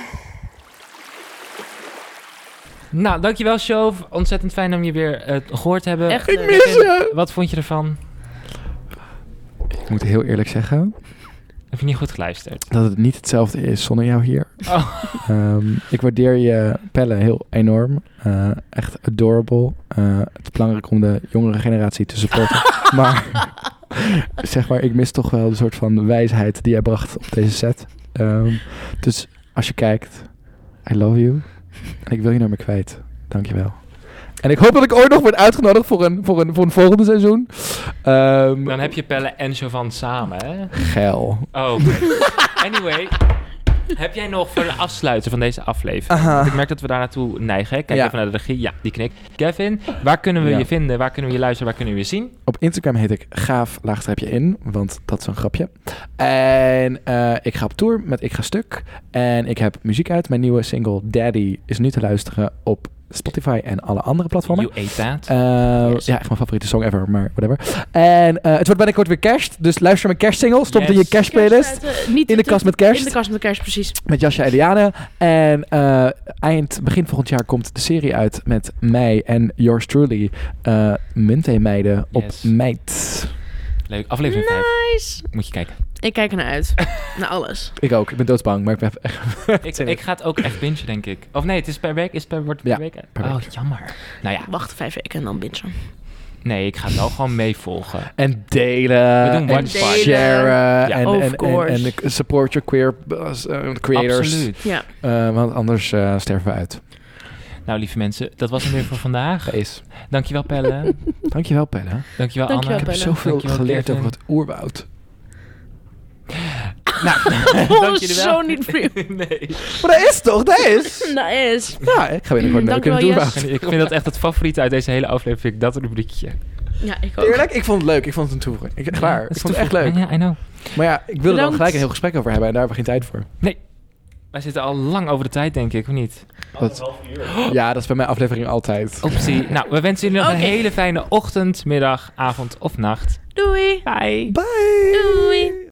Nou, dankjewel Show. Ontzettend fijn om je weer uh, gehoord te hebben. Echt, ik mis je! Wat vond je ervan? Ik moet heel eerlijk zeggen... Heb je niet goed geluisterd? Dat het niet hetzelfde is zonder jou hier. Oh. Um, ik waardeer je Pelle heel enorm. Uh, echt adorable. Uh, het is belangrijk om de jongere generatie te supporten. maar zeg maar, ik mis toch wel de soort van wijsheid die jij bracht op deze set. Um, dus als je kijkt, I love you. En ik wil je naar me kwijt. Dankjewel. En ik hoop dat ik ooit nog word uitgenodigd voor een, voor een, voor een volgende seizoen. Um, Dan heb je Pelle en Jovan samen, hè? Geil. Oh, anyway. Heb jij nog voor de afsluiten van deze aflevering? Aha. Ik merk dat we daar naartoe neigen. Kijk Ja. even naar de regie. Ja, die knikt. Kevin, waar kunnen we Ja. je vinden? Waar kunnen we je luisteren? Waar kunnen we je zien? Op Instagram heet ik gaaf laagstreepje in, want dat is een grapje. En uh, ik ga op tour met Ik Ga Stuk. En ik heb muziek uit. Mijn nieuwe single Daddy is nu te luisteren op Spotify en alle andere platformen. You ate that. Uh, Yes. Ja, echt mijn favoriete song ever, maar whatever. En uh, het wordt binnenkort weer kerst, dus luister mijn kerstsingle. Stop Yes. in je kerstplaylist. Kerst, uh, niet In de te- kast met kerst. In de kast met kerst, precies. Met Jascha en Eliane. En uh, eind, begin volgend jaar komt de serie uit met mij en yours truly. Uh, Munthee Meiden op Yes. Meid. Leuk. Aflevering vijf. Nice. Moet je kijken. Ik kijk ernaar uit. Naar alles. Ik ook. Ik ben doodsbang, maar ik ben echt... Ik, ik ga het ook echt bingen, denk ik. Of nee, het is per week. Is het per, wordt het per Ja, week? per Oh, week. jammer. Nou ja, Wacht vijf weken en dan bingen. nee, ik ga het wel gewoon meevolgen. En delen. We doen en watch party. sharen. Ja, en, of en, en, course. en support your queer uh, creators. Absoluut. Ja. Uh, want anders uh, sterven we uit. Nou, lieve mensen, dat was hem weer voor vandaag. Face. Dankjewel, Pelle. Dankjewel, Pelle. Dankjewel, Dankjewel, Anne. Ik heb Pelle. zoveel Dankjewel, geleerd Kevin. over het oerwoud. Nou, Oh, dank jullie wel. zo niet voor Nee. Maar dat is toch? Dat is... Nice. Ja, ik ga binnenkort naar Dankjewel, het Jess. oerwoud. Ik vind dat echt het favoriete uit deze hele aflevering, vind ik dat rubriekje. Ja, ik ook. Eerlijk, ik vond het leuk. Ik vond het een toevoeging. Ik, echt waar. Ik vond het echt leuk. Ja, I know. Maar ja, ik wilde er dan Bedankt. gelijk een heel gesprek over hebben en daar hebben we geen tijd voor. Nee. Wij zitten al lang over de tijd, denk ik, of niet? Wat? Ja, dat is bij mijn aflevering altijd. Optie. Nou, we wensen jullie nog Oké. een hele fijne ochtend, middag, avond of nacht. Doei. Bye. Bye! Doei.